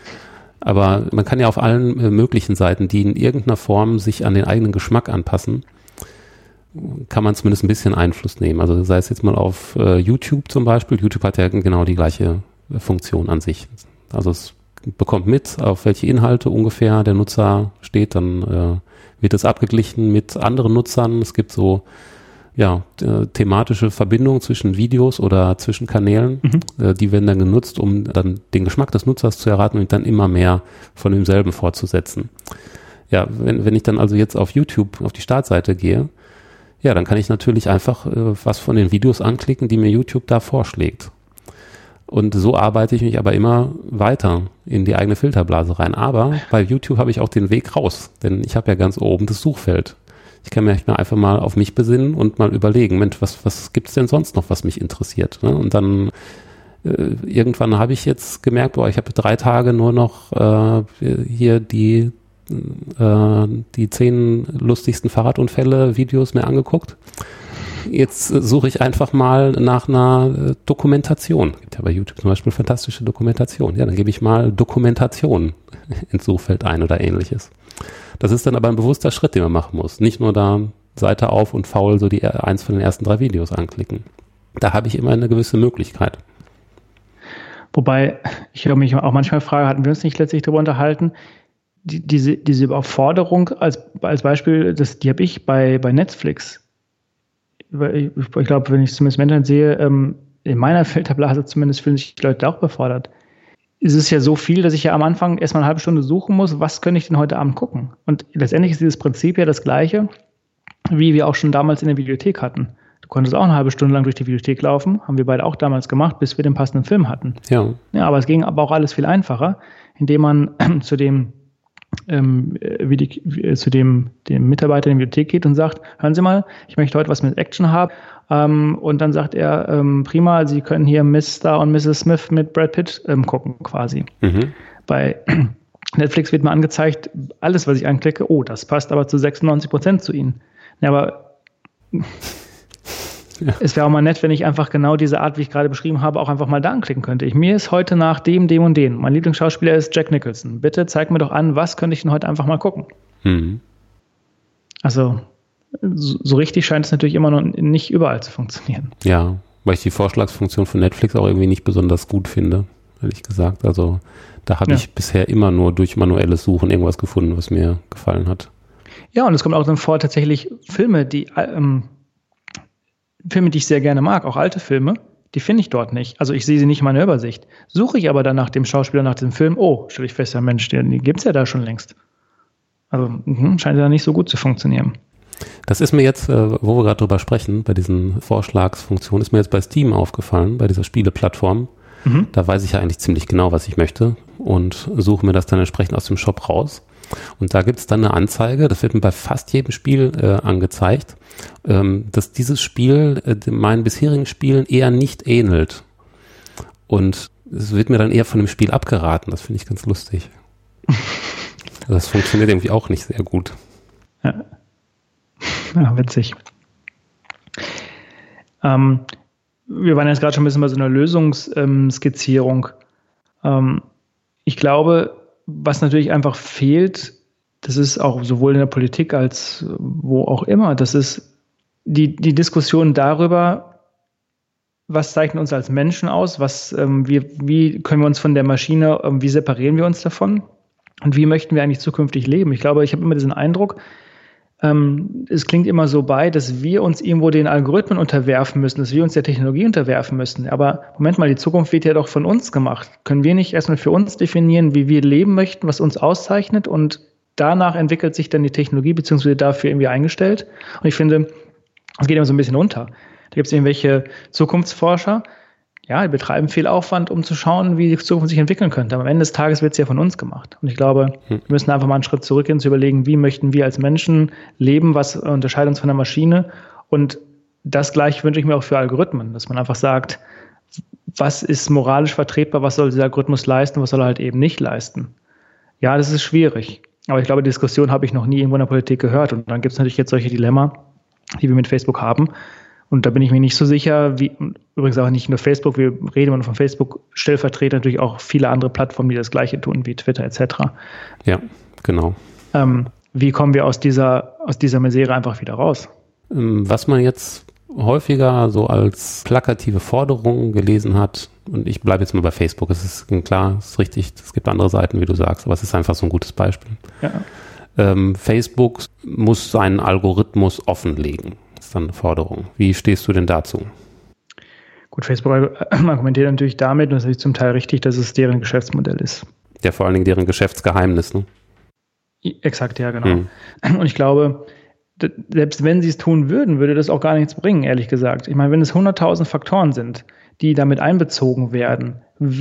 Aber man kann ja auf allen äh, möglichen Seiten, die in irgendeiner Form sich an den eigenen Geschmack anpassen, kann man zumindest ein bisschen Einfluss nehmen. Also sei es jetzt mal auf äh, YouTube zum Beispiel. YouTube hat ja genau die gleiche äh, Funktion an sich. Also es bekommt mit, auf welche Inhalte ungefähr der Nutzer steht, dann äh, wird es abgeglichen mit anderen Nutzern. Es gibt so ja äh, thematische Verbindungen zwischen Videos oder zwischen Kanälen, mhm. äh, die werden dann genutzt, um dann den Geschmack des Nutzers zu erraten und dann immer mehr von demselben fortzusetzen. Ja, wenn, wenn ich dann also jetzt auf YouTube auf die Startseite gehe, ja, dann kann ich natürlich einfach äh, was von den Videos anklicken, die mir YouTube da vorschlägt. Und so arbeite ich mich aber immer weiter in die eigene Filterblase rein. Aber bei YouTube habe ich auch den Weg raus, denn ich habe ja ganz oben das Suchfeld. Ich kann mir einfach mal auf mich besinnen und mal überlegen, Mensch, was, was gibt es denn sonst noch, was mich interessiert? Ne? Und dann äh, irgendwann habe ich jetzt gemerkt, boah, ich habe drei Tage nur noch äh, hier die, äh, die zehn lustigsten Fahrradunfälle Videos mir angeguckt. Jetzt suche ich einfach mal nach einer Dokumentation. Es gibt ja bei YouTube zum Beispiel fantastische Dokumentation. Ja, dann gebe ich mal Dokumentation ins Suchfeld ein oder ähnliches. Das ist dann aber ein bewusster Schritt, den man machen muss. Nicht nur da Seite auf und faul so die eins von den ersten drei Videos anklicken. Da habe ich immer eine gewisse Möglichkeit. Wobei ich mich auch manchmal frage, hatten wir uns nicht letztlich darüber unterhalten, die, diese, diese Überforderung als, als Beispiel, das, die habe ich bei, bei Netflix. Ich, ich glaube, wenn ich zumindest im Internet sehe, ähm, in meiner Filterblase zumindest fühlen sich die Leute auch befordert. Es ist ja so viel, dass ich ja am Anfang erstmal eine halbe Stunde suchen muss, was könnte ich denn heute Abend gucken? Und letztendlich ist dieses Prinzip ja das gleiche, wie wir auch schon damals in der Bibliothek hatten. Du konntest auch eine halbe Stunde lang durch die Bibliothek laufen, haben wir beide auch damals gemacht, bis wir den passenden Film hatten. Ja. Ja, aber es ging aber auch alles viel einfacher, indem man zu dem ähm, wie die, wie, zu dem, dem Mitarbeiter in die Bibliothek geht und sagt, hören Sie mal, ich möchte heute was mit Action haben. Ähm, und dann sagt er, ähm, prima, Sie können hier Mister und Misses Smith mit Brad Pitt ähm, gucken quasi. Mhm. Bei Netflix wird mir angezeigt, alles, was ich anklicke, oh, das passt aber zu sechsundneunzig Prozent zu Ihnen. Ja, aber ja. Es wäre auch mal nett, wenn ich einfach genau diese Art, wie ich gerade beschrieben habe, auch einfach mal da anklicken könnte. Ich, mir ist heute nach dem, dem und dem. Mein Lieblingsschauspieler ist Jack Nicholson. Bitte zeig mir doch an, was könnte ich denn heute einfach mal gucken? Mhm. Also so, so richtig scheint es natürlich immer noch nicht überall zu funktionieren. Ja, weil ich die Vorschlagsfunktion von Netflix auch irgendwie nicht besonders gut finde, ehrlich gesagt. Also da habe ja. ich bisher immer nur durch manuelles Suchen irgendwas gefunden, was mir gefallen hat. Ja, und es kommt auch dann vor, tatsächlich Filme, die ähm, Filme, die ich sehr gerne mag, auch alte Filme, die finde ich dort nicht. Also ich sehe sie nicht in meiner Übersicht. Suche ich aber dann nach dem Schauspieler, nach dem Film, oh, stelle ich fest, ja Mensch, die gibt es ja da schon längst. Also mh, scheint ja nicht so gut zu funktionieren. Das ist mir jetzt, äh, wo wir gerade drüber sprechen, bei diesen Vorschlagsfunktionen, ist mir jetzt bei Steam aufgefallen, bei dieser Spieleplattform. Mhm. Da weiß ich ja eigentlich ziemlich genau, was ich möchte und suche mir das dann entsprechend aus dem Shop raus. Und da gibt es dann eine Anzeige, das wird mir bei fast jedem Spiel äh, angezeigt, ähm, dass dieses Spiel äh, meinen bisherigen Spielen eher nicht ähnelt. Und es wird mir dann eher von dem Spiel abgeraten, das finde ich ganz lustig. Das funktioniert irgendwie auch nicht sehr gut. Ja, ja witzig. Ähm, wir waren jetzt gerade schon ein bisschen bei so einer Lösungsskizzierung. Ähm, ich glaube, was natürlich einfach fehlt, das ist auch sowohl in der Politik als wo auch immer, das ist die, die Diskussion darüber, was zeichnet uns als Menschen aus, was, ähm, wie, wie können wir uns von der Maschine, ähm, wie separieren wir uns davon und wie möchten wir eigentlich zukünftig leben. Ich glaube, ich habe immer diesen Eindruck, ähm, es klingt immer so bei, dass wir uns irgendwo den Algorithmen unterwerfen müssen, dass wir uns der Technologie unterwerfen müssen. Aber Moment mal, die Zukunft wird ja doch von uns gemacht. Können wir nicht erstmal für uns definieren, wie wir leben möchten, was uns auszeichnet und danach entwickelt sich dann die Technologie beziehungsweise dafür irgendwie eingestellt. Und ich finde, es geht immer so ein bisschen unter. Da gibt es irgendwelche Zukunftsforscher, ja, die betreiben viel Aufwand, um zu schauen, wie die Zukunft sich entwickeln könnte. Aber am Ende des Tages wird es ja von uns gemacht. Und ich glaube, wir müssen einfach mal einen Schritt zurückgehen, zu überlegen, wie möchten wir als Menschen leben, was unterscheidet uns von der Maschine. Und das Gleiche wünsche ich mir auch für Algorithmen, dass man einfach sagt, was ist moralisch vertretbar, was soll dieser Algorithmus leisten, was soll er halt eben nicht leisten. Ja, das ist schwierig. Aber ich glaube, die Diskussion habe ich noch nie irgendwo in der Politik gehört. Und dann gibt es natürlich jetzt solche Dilemma, die wir mit Facebook haben. Und da bin ich mir nicht so sicher, wie übrigens auch nicht nur Facebook, wir reden immer nur von Facebook, stellvertretend natürlich auch viele andere Plattformen, die das Gleiche tun, wie Twitter et cetera. Ja, genau. Ähm, wie kommen wir aus dieser, aus dieser Misere einfach wieder raus? Was man jetzt häufiger so als plakative Forderung gelesen hat, und ich bleibe jetzt mal bei Facebook, es ist klar, es ist richtig, es gibt andere Seiten, wie du sagst, aber es ist einfach so ein gutes Beispiel. Ja. Ähm, Facebook muss seinen Algorithmus offenlegen. Das ist dann eine Forderung. Wie stehst du denn dazu? Gut, Facebook argumentiert natürlich damit, und das ist zum Teil richtig, dass es deren Geschäftsmodell ist. Ja, vor allen Dingen deren Geschäftsgeheimnis, ne? Exakt, ja, genau. Hm. Und ich glaube, selbst wenn sie es tun würden, würde das auch gar nichts bringen, ehrlich gesagt. Ich meine, wenn es hunderttausend Faktoren sind, die damit einbezogen werden,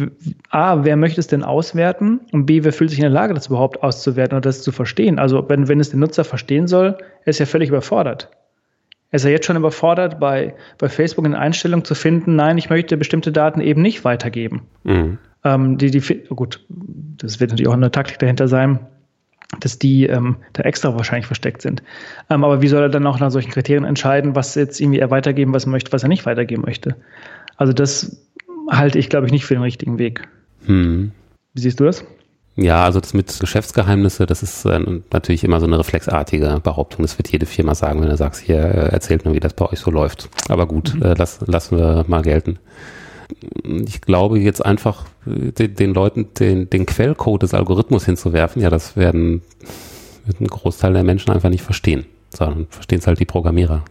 A, wer möchte es denn auswerten? Und B, wer fühlt sich in der Lage, das überhaupt auszuwerten oder das zu verstehen? Also wenn, wenn es den Nutzer verstehen soll, er ist ja völlig überfordert. Er ist ja jetzt schon überfordert, bei, bei Facebook eine Einstellung zu finden, nein, ich möchte bestimmte Daten eben nicht weitergeben. Mhm. Ähm, die, die, gut, das wird natürlich auch eine Taktik dahinter sein, dass die ähm, da extra wahrscheinlich versteckt sind. Ähm, aber wie soll er dann auch nach solchen Kriterien entscheiden, was jetzt irgendwie er weitergeben, was er möchte, was er nicht weitergeben möchte? Also das halte ich, glaube ich, nicht für den richtigen Weg. Hm. Wie siehst du das? Ja, also das mit Geschäftsgeheimnisse, das ist äh, natürlich immer so eine reflexartige Behauptung. Das wird jede Firma sagen, wenn du sagst, hier, äh, erzählt mir, wie das bei euch so läuft. Aber gut, mhm. äh, lass, lassen wir mal gelten. Ich glaube jetzt einfach, den, den Leuten den, den Quellcode des Algorithmus hinzuwerfen, ja, das werden wird ein Großteil der Menschen einfach nicht verstehen, sondern verstehen es halt die Programmierer.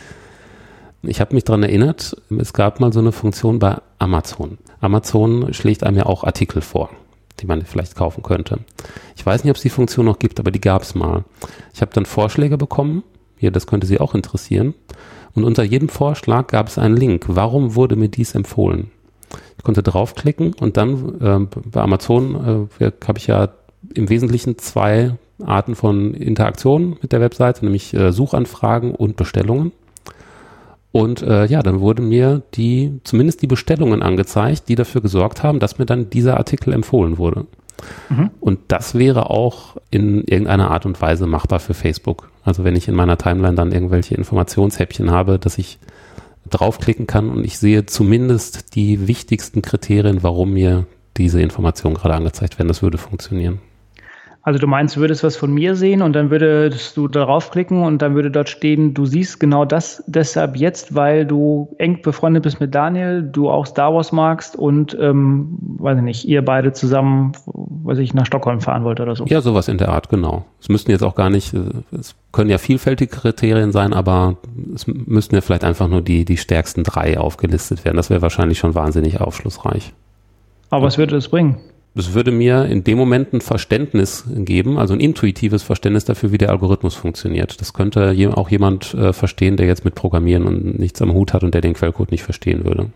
Ich habe mich daran erinnert, es gab mal so eine Funktion bei Amazon. Amazon schlägt einem ja auch Artikel vor, die man vielleicht kaufen könnte. Ich weiß nicht, ob es die Funktion noch gibt, aber die gab es mal. Ich habe dann Vorschläge bekommen, hier, das könnte Sie auch interessieren. Und unter jedem Vorschlag gab es einen Link. Warum wurde mir dies empfohlen? Ich konnte draufklicken und dann äh, bei Amazon äh, habe ich ja im Wesentlichen zwei Arten von Interaktion mit der Webseite, nämlich äh, Suchanfragen und Bestellungen. Und äh, ja, dann wurden mir die, zumindest die Bestellungen angezeigt, die dafür gesorgt haben, dass mir dann dieser Artikel empfohlen wurde. Mhm. Und das wäre auch in irgendeiner Art und Weise machbar für Facebook. Also wenn ich in meiner Timeline dann irgendwelche Informationshäppchen habe, dass ich draufklicken kann und ich sehe zumindest die wichtigsten Kriterien, warum mir diese Informationen gerade angezeigt werden, das würde funktionieren. Also du meinst, du würdest was von mir sehen und dann würdest du darauf klicken und dann würde dort stehen, du siehst genau das deshalb jetzt, weil du eng befreundet bist mit Daniel, du auch Star Wars magst und, ähm, weiß ich nicht, ihr beide zusammen, weiß ich, nach Stockholm fahren wollt oder so. Ja, sowas in der Art, genau. Es müssten jetzt auch gar nicht, es können ja vielfältige Kriterien sein, aber es müssten ja vielleicht einfach nur die, die stärksten drei aufgelistet werden. Das wäre wahrscheinlich schon wahnsinnig aufschlussreich. Aber was würde das bringen? Es würde mir in dem Moment ein Verständnis geben, also ein intuitives Verständnis dafür, wie der Algorithmus funktioniert. Das könnte je, auch jemand äh, verstehen, der jetzt mit Programmieren und nichts am Hut hat und der den Quellcode nicht verstehen würde.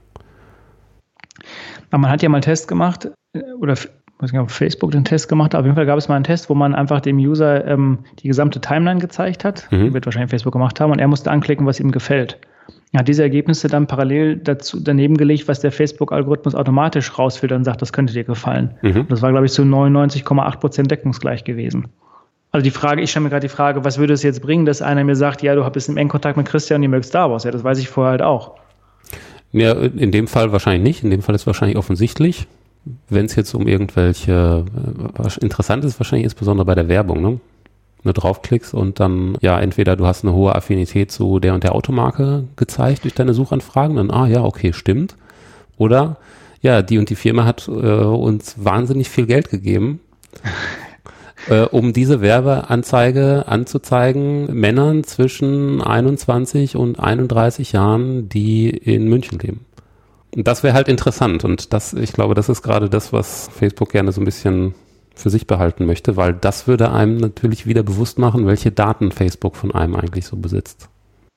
Aber man hat ja mal einen Test gemacht, oder ich weiß nicht, ob Facebook den Test gemacht hat. Auf jeden Fall gab es mal einen Test, wo man einfach dem User ähm, die gesamte Timeline gezeigt hat. Mhm. Wird wahrscheinlich Facebook gemacht haben. Und er musste anklicken, was ihm gefällt. Er hat diese Ergebnisse dann parallel dazu daneben gelegt, was der Facebook-Algorithmus automatisch rausfiltert und sagt, das könnte dir gefallen. Mhm. Das war, glaube ich, zu neunundneunzig Komma acht Prozent deckungsgleich gewesen. Also die Frage, ich stelle mir gerade die Frage, was würde es jetzt bringen, dass einer mir sagt, ja, du bist im engen Kontakt mit Christian und ihr mögt Star Wars. Ja, das weiß ich vorher halt auch. Ja, in dem Fall wahrscheinlich nicht. In dem Fall ist wahrscheinlich offensichtlich. Wenn es jetzt um irgendwelche, was interessant ist, wahrscheinlich insbesondere bei der Werbung, ne? Wenn du draufklickst und dann, ja, entweder du hast eine hohe Affinität zu der und der Automarke gezeigt durch deine Suchanfragen, dann, ah ja, okay, stimmt. Oder, ja, die und die Firma hat äh, uns wahnsinnig viel Geld gegeben, äh, um diese Werbeanzeige anzuzeigen, Männern zwischen einundzwanzig und einunddreißig Jahren, die in München leben. Und das wäre halt interessant und das, ich glaube, das ist gerade das, was Facebook gerne so ein bisschen für sich behalten möchte, weil das würde einem natürlich wieder bewusst machen, welche Daten Facebook von einem eigentlich so besitzt.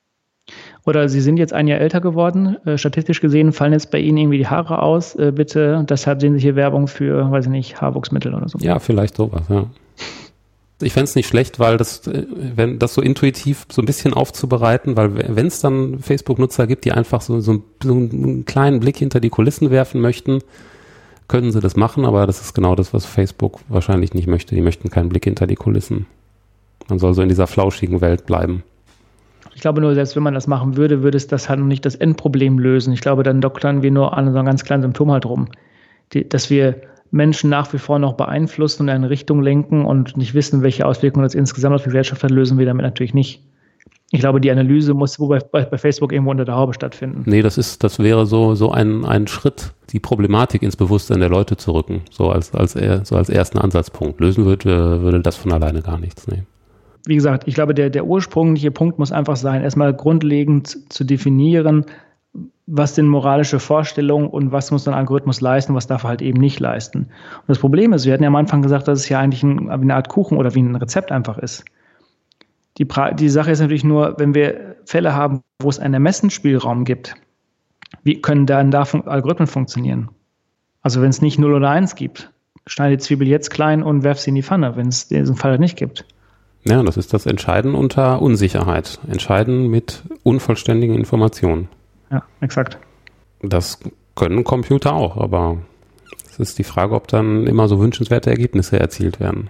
Oder Sie sind jetzt ein Jahr älter geworden, äh, statistisch gesehen fallen jetzt bei Ihnen irgendwie die Haare aus, äh, bitte, deshalb sehen Sie hier Werbung für, weiß ich nicht, Haarwuchsmittel oder so. Ja, vielleicht sowas, ja. Ich fände es nicht schlecht, weil das, wenn das so intuitiv so ein bisschen aufzubereiten, weil wenn es dann Facebook-Nutzer gibt, die einfach so, so, so einen kleinen Blick hinter die Kulissen werfen möchten, können sie das machen, aber das ist genau das, was Facebook wahrscheinlich nicht möchte. Die möchten keinen Blick hinter die Kulissen. Man soll so in dieser flauschigen Welt bleiben. Ich glaube nur, selbst wenn man das machen würde, würde es das halt noch nicht das Endproblem lösen. Ich glaube, dann doktern wir nur an so einem ganz kleinen Symptom halt rum. Die, dass wir Menschen nach wie vor noch beeinflussen und in eine Richtung lenken und nicht wissen, welche Auswirkungen das insgesamt auf die Gesellschaft hat, lösen wir damit natürlich nicht. Ich glaube, die Analyse muss bei, bei, bei Facebook irgendwo unter der Haube stattfinden. Nee, das ist, das wäre so, so ein, ein Schritt, die Problematik ins Bewusstsein der Leute zu rücken. So als, als, so als ersten Ansatzpunkt. Lösen würde, würde das von alleine gar nichts. Nee. Wie gesagt, ich glaube, der, der ursprüngliche Punkt muss einfach sein, erstmal grundlegend zu definieren, was sind moralische Vorstellungen und was muss ein Algorithmus leisten, was darf er halt eben nicht leisten. Und das Problem ist, wir hatten ja am Anfang gesagt, dass es ja eigentlich ein, eine Art Kuchen oder wie ein Rezept einfach ist. Die, pra- die Sache ist natürlich nur, wenn wir Fälle haben, wo es einen Ermessensspielraum gibt, wie können dann da fun- Algorithmen funktionieren? Also wenn es nicht null oder eins gibt, schneide die Zwiebel jetzt klein und werf sie in die Pfanne, wenn es diesen Fall halt nicht gibt. Ja, das ist das Entscheiden unter Unsicherheit. Entscheiden mit unvollständigen Informationen. Ja, exakt. Das können Computer auch, aber es ist die Frage, ob dann immer so wünschenswerte Ergebnisse erzielt werden.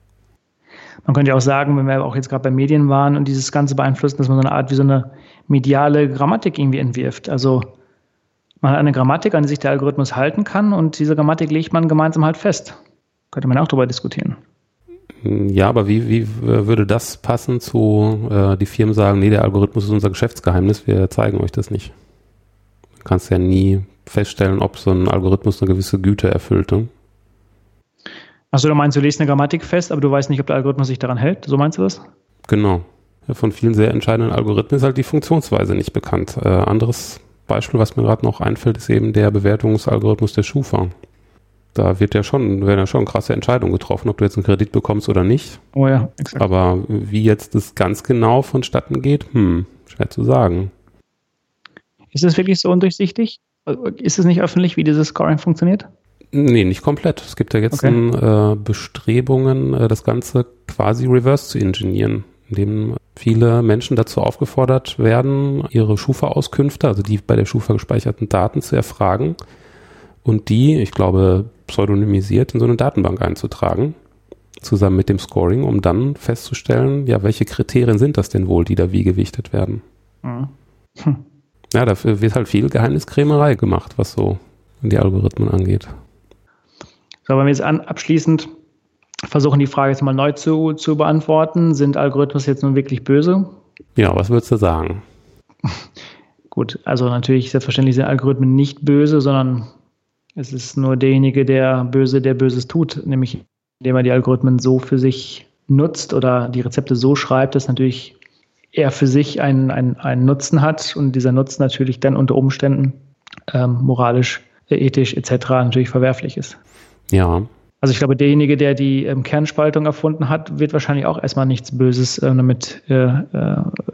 Man könnte ja auch sagen, wenn wir auch jetzt gerade bei Medien waren und dieses Ganze beeinflussen, dass man so eine Art wie so eine mediale Grammatik irgendwie entwirft. Also man hat eine Grammatik, an die sich der Algorithmus halten kann und diese Grammatik legt man gemeinsam halt fest. Könnte man auch darüber diskutieren. Ja, aber wie, wie würde das passen zu, äh, die Firmen sagen, nee, der Algorithmus ist unser Geschäftsgeheimnis, wir zeigen euch das nicht. Du kannst ja nie feststellen, ob so ein Algorithmus eine gewisse Güte erfüllt. Ne? Achso, du meinst, du legst eine Grammatik fest, aber du weißt nicht, ob der Algorithmus sich daran hält? So meinst du das? Genau. Ja, von vielen sehr entscheidenden Algorithmen ist halt die Funktionsweise nicht bekannt. Äh, anderes Beispiel, was mir gerade noch einfällt, ist eben der Bewertungsalgorithmus der Schufa. Da wird ja schon, werden ja schon krasse Entscheidungen getroffen, ob du jetzt einen Kredit bekommst oder nicht. Oh ja, exakt. Aber wie jetzt das ganz genau vonstatten geht, hm, schwer zu sagen. Ist es wirklich so undurchsichtig? Ist es nicht öffentlich, wie dieses Scoring funktioniert? Nee, nicht komplett. Es gibt ja jetzt Okay. ein, äh, Bestrebungen, äh, das Ganze quasi reverse zu engineeren, indem viele Menschen dazu aufgefordert werden, ihre Schufa-Auskünfte, also die bei der Schufa gespeicherten Daten zu erfragen und die, ich glaube, pseudonymisiert in so eine Datenbank einzutragen, zusammen mit dem Scoring, um dann festzustellen, ja, welche Kriterien sind das denn wohl, die da wie gewichtet werden. Mhm. Hm. Ja, dafür wird halt viel Geheimniskrämerei gemacht, was so die Algorithmen angeht. So, wenn wir jetzt an, abschließend versuchen, die Frage jetzt mal neu zu, zu beantworten, sind Algorithmen jetzt nun wirklich böse? Ja, was würdest du sagen? Gut, also natürlich, selbstverständlich sind Algorithmen nicht böse, sondern es ist nur derjenige, der böse, der Böses tut, nämlich indem er die Algorithmen so für sich nutzt oder die Rezepte so schreibt, dass natürlich er für sich einen, einen, einen Nutzen hat und dieser Nutzen natürlich dann unter Umständen ähm, moralisch, äh, ethisch et cetera natürlich verwerflich ist. Ja. Also ich glaube, derjenige, der die ähm, Kernspaltung erfunden hat, wird wahrscheinlich auch erstmal nichts Böses äh, damit äh, äh,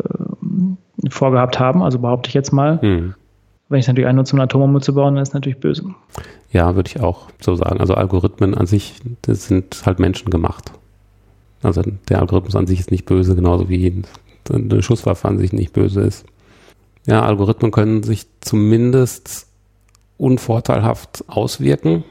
vorgehabt haben, also behaupte ich jetzt mal. Hm. Wenn ich natürlich einnutze, um eine Atombombe zu bauen, dann ist es natürlich böse. Ja, würde ich auch so sagen. Also Algorithmen an sich, das sind halt menschengemacht. Also der Algorithmus an sich ist nicht böse, genauso wie eine Schusswaffe an sich nicht böse ist. Ja, Algorithmen können sich zumindest unvorteilhaft auswirken.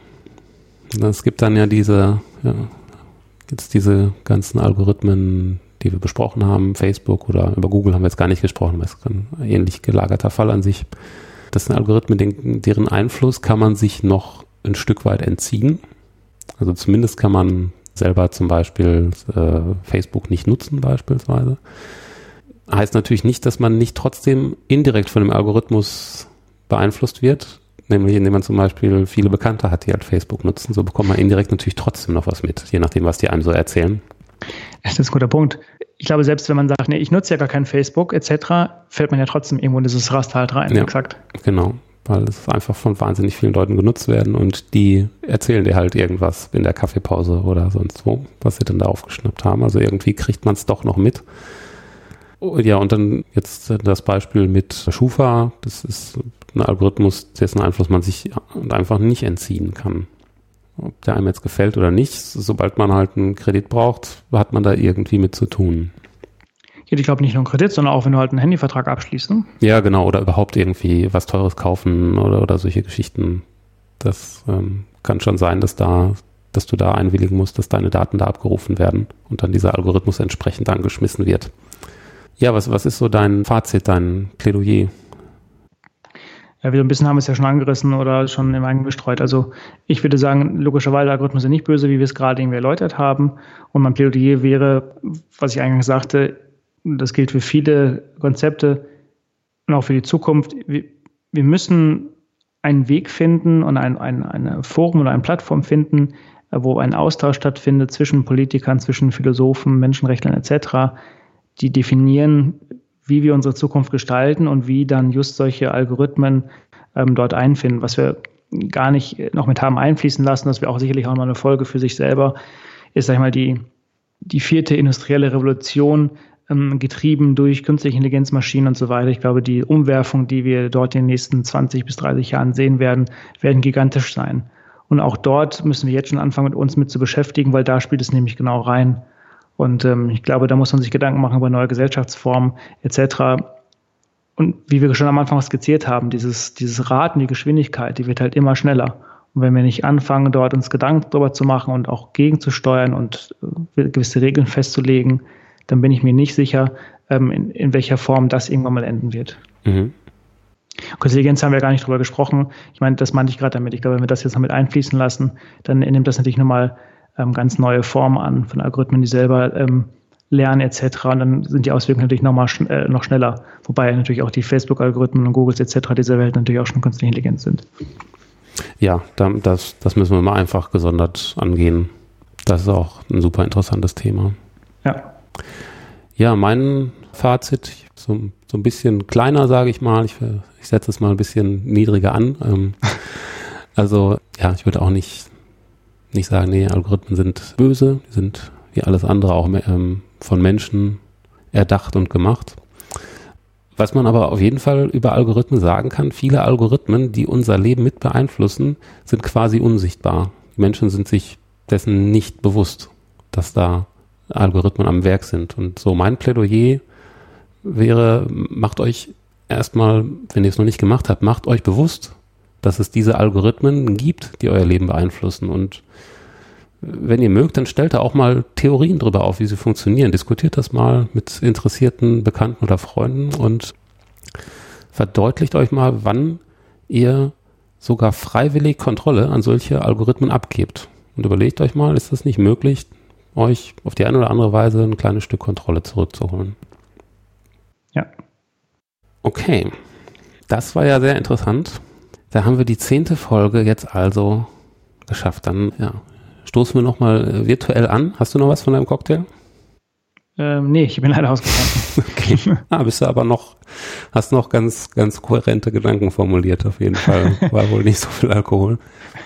Es gibt dann ja diese, ja, jetzt diese ganzen Algorithmen, die wir besprochen haben, Facebook oder über Google haben wir jetzt gar nicht gesprochen, weil es ist ein ähnlich gelagerter Fall an sich. Das sind Algorithmen, den, deren Einfluss kann man sich noch ein Stück weit entziehen. Also zumindest kann man selber zum Beispiel äh, Facebook nicht nutzen beispielsweise. Heißt natürlich nicht, dass man nicht trotzdem indirekt von dem Algorithmus beeinflusst wird, nämlich indem man zum Beispiel viele Bekannte hat, die halt Facebook nutzen. So bekommt man indirekt natürlich trotzdem noch was mit, je nachdem, was die einem so erzählen. Das ist ein guter Punkt. Ich glaube, selbst wenn man sagt, nee, ich nutze ja gar kein Facebook et cetera, fällt man ja trotzdem irgendwo in dieses Raster halt rein. Ja, exakt. Genau, weil es einfach von wahnsinnig vielen Leuten genutzt werden und die erzählen dir halt irgendwas in der Kaffeepause oder sonst wo, was sie dann da aufgeschnappt haben. Also irgendwie kriegt man es doch noch mit. Ja, und dann jetzt das Beispiel mit Schufa, das ist ein Algorithmus, dessen Einfluss man sich einfach nicht entziehen kann. Ob der einem jetzt gefällt oder nicht, sobald man halt einen Kredit braucht, hat man da irgendwie mit zu tun. Ja, ich glaube nicht nur einen Kredit, sondern auch, wenn du halt einen Handyvertrag abschließt. Ne? Ja, genau, oder überhaupt irgendwie was Teures kaufen oder, oder solche Geschichten. Das ähm, kann schon sein, dass da, dass du da einwilligen musst, dass deine Daten da abgerufen werden und dann dieser Algorithmus entsprechend angeschmissen wird. Ja, was, was ist so dein Fazit, dein Plädoyer? Ja, wieder ein bisschen haben wir es ja schon angerissen oder schon im Eigenen bestreut. Also ich würde sagen, logischerweise Algorithmen sind nicht böse, wie wir es gerade irgendwie erläutert haben. Und mein Plädoyer wäre, was ich eingangs sagte, das gilt für viele Konzepte und auch für die Zukunft. Wir, wir müssen einen Weg finden und ein, ein, eine Forum oder eine Plattform finden, wo ein Austausch stattfindet zwischen Politikern, zwischen Philosophen, Menschenrechtlern et cetera, die definieren, wie wir unsere Zukunft gestalten und wie dann just solche Algorithmen ähm, dort einfinden, was wir gar nicht noch mit haben einfließen lassen, das wäre auch sicherlich auch mal eine Folge für sich selber, ist, sag ich mal, die, die vierte industrielle Revolution, ähm, getrieben durch künstliche Intelligenz, Maschinen und so weiter. Ich glaube, die Umwerfung, die wir dort in den nächsten zwanzig bis dreißig Jahren sehen werden, werden gigantisch sein. Und auch dort müssen wir jetzt schon anfangen, mit uns mit zu beschäftigen, weil da spielt es nämlich genau rein. Und ähm, ich glaube, da muss man sich Gedanken machen über neue Gesellschaftsformen et cetera. Und wie wir schon am Anfang skizziert haben, dieses, dieses Raten, die Geschwindigkeit, die wird halt immer schneller. Und wenn wir nicht anfangen, dort uns Gedanken darüber zu machen und auch gegenzusteuern und äh, gewisse Regeln festzulegen, dann bin ich mir nicht sicher, ähm, in, in welcher Form das irgendwann mal enden wird. Mhm. Künstliche Intelligenz haben wir gar nicht drüber gesprochen. Ich meine, das meinte ich gerade damit. Ich glaube, wenn wir das jetzt noch mit einfließen lassen, dann nimmt das natürlich nochmal ähm, ganz neue Formen an von Algorithmen, die selber ähm, lernen et cetera. Und dann sind die Auswirkungen natürlich noch, mal schn- äh, noch schneller. Wobei natürlich auch die Facebook-Algorithmen und Googles et cetera dieser Welt natürlich auch schon künstliche Intelligenz sind. Ja, das, das müssen wir mal einfach gesondert angehen. Das ist auch ein super interessantes Thema. Ja. Ja, mein Fazit, so, so ein bisschen kleiner, sage ich mal. Ich, ich setze es mal ein bisschen niedriger an. Ähm, also, ja, ich würde auch nicht, nicht sagen, nee, Algorithmen sind böse. Die sind wie alles andere auch ähm, von Menschen erdacht und gemacht. Was man aber auf jeden Fall über Algorithmen sagen kann, viele Algorithmen, die unser Leben mit beeinflussen, sind quasi unsichtbar. Die Menschen sind sich dessen nicht bewusst, dass da Algorithmen am Werk sind. Und so mein Plädoyer wäre, macht euch erstmal, wenn ihr es noch nicht gemacht habt, macht euch bewusst, dass es diese Algorithmen gibt, die euer Leben beeinflussen. Und wenn ihr mögt, dann stellt da auch mal Theorien drüber auf, wie sie funktionieren. Diskutiert das mal mit interessierten Bekannten oder Freunden und verdeutlicht euch mal, wann ihr sogar freiwillig Kontrolle an solche Algorithmen abgebt. Und überlegt euch mal, ist das nicht möglich, euch auf die eine oder andere Weise ein kleines Stück Kontrolle zurückzuholen? Ja. Okay, das war ja sehr interessant. Da haben wir die zehnte Folge jetzt also geschafft. Dann, ja. Stoßen wir nochmal virtuell an. Hast du noch was von deinem Cocktail? Ähm, nee, ich bin leider ausgegangen. Okay. Ah, bist du aber noch, hast noch ganz, ganz kohärente Gedanken formuliert, auf jeden Fall. War wohl nicht so viel Alkohol.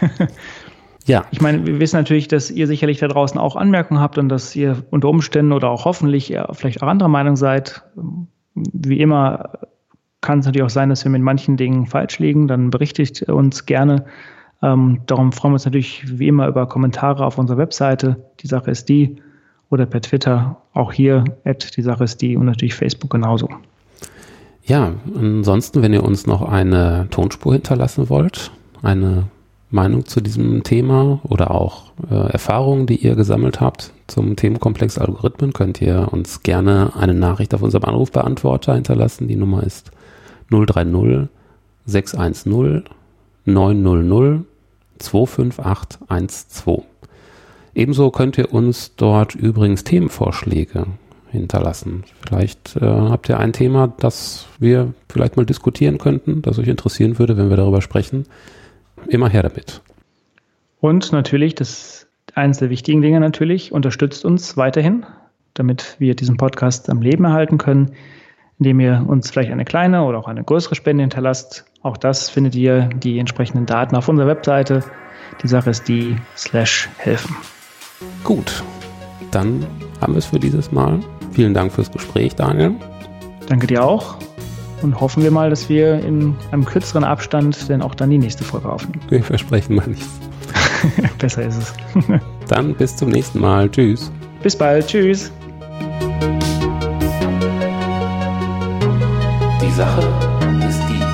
Ja. Ich meine, wir wissen natürlich, dass ihr sicherlich da draußen auch Anmerkungen habt und dass ihr unter Umständen oder auch hoffentlich ja, vielleicht auch anderer Meinung seid. Wie immer kann es natürlich auch sein, dass wir mit manchen Dingen falsch liegen. Dann berichtigt uns gerne. Ähm, darum freuen wir uns natürlich wie immer über Kommentare auf unserer Webseite, die Sache ist die, oder per Twitter, auch hier, at die Sache ist die und natürlich Facebook genauso. Ja, ansonsten, wenn ihr uns noch eine Tonspur hinterlassen wollt, eine Meinung zu diesem Thema oder auch äh, Erfahrungen, die ihr gesammelt habt zum Themenkomplex Algorithmen, könnt ihr uns gerne eine Nachricht auf unserem Anrufbeantworter hinterlassen. Die Nummer ist null drei null sechs eins null neun null null zwei fünf acht eins zwei. Ebenso könnt ihr uns dort übrigens Themenvorschläge hinterlassen. Vielleicht äh, habt ihr ein Thema, das wir vielleicht mal diskutieren könnten, das euch interessieren würde, wenn wir darüber sprechen. Immer her damit. Und natürlich, das ist eines der wichtigen Dinge natürlich, unterstützt uns weiterhin, damit wir diesen Podcast am Leben erhalten können, indem ihr uns vielleicht eine kleine oder auch eine größere Spende hinterlasst. Auch das findet ihr die entsprechenden Daten auf unserer Webseite. Die Sache ist die slash helfen. Gut, dann haben wir es für dieses Mal. Vielen Dank fürs Gespräch, Daniel. Danke dir auch und hoffen wir mal, dass wir in einem kürzeren Abstand dann auch dann die nächste Folge aufnehmen. Wir versprechen mal nichts. Besser ist es. Dann bis zum nächsten Mal. Tschüss. Bis bald. Tschüss. Die Sache ist die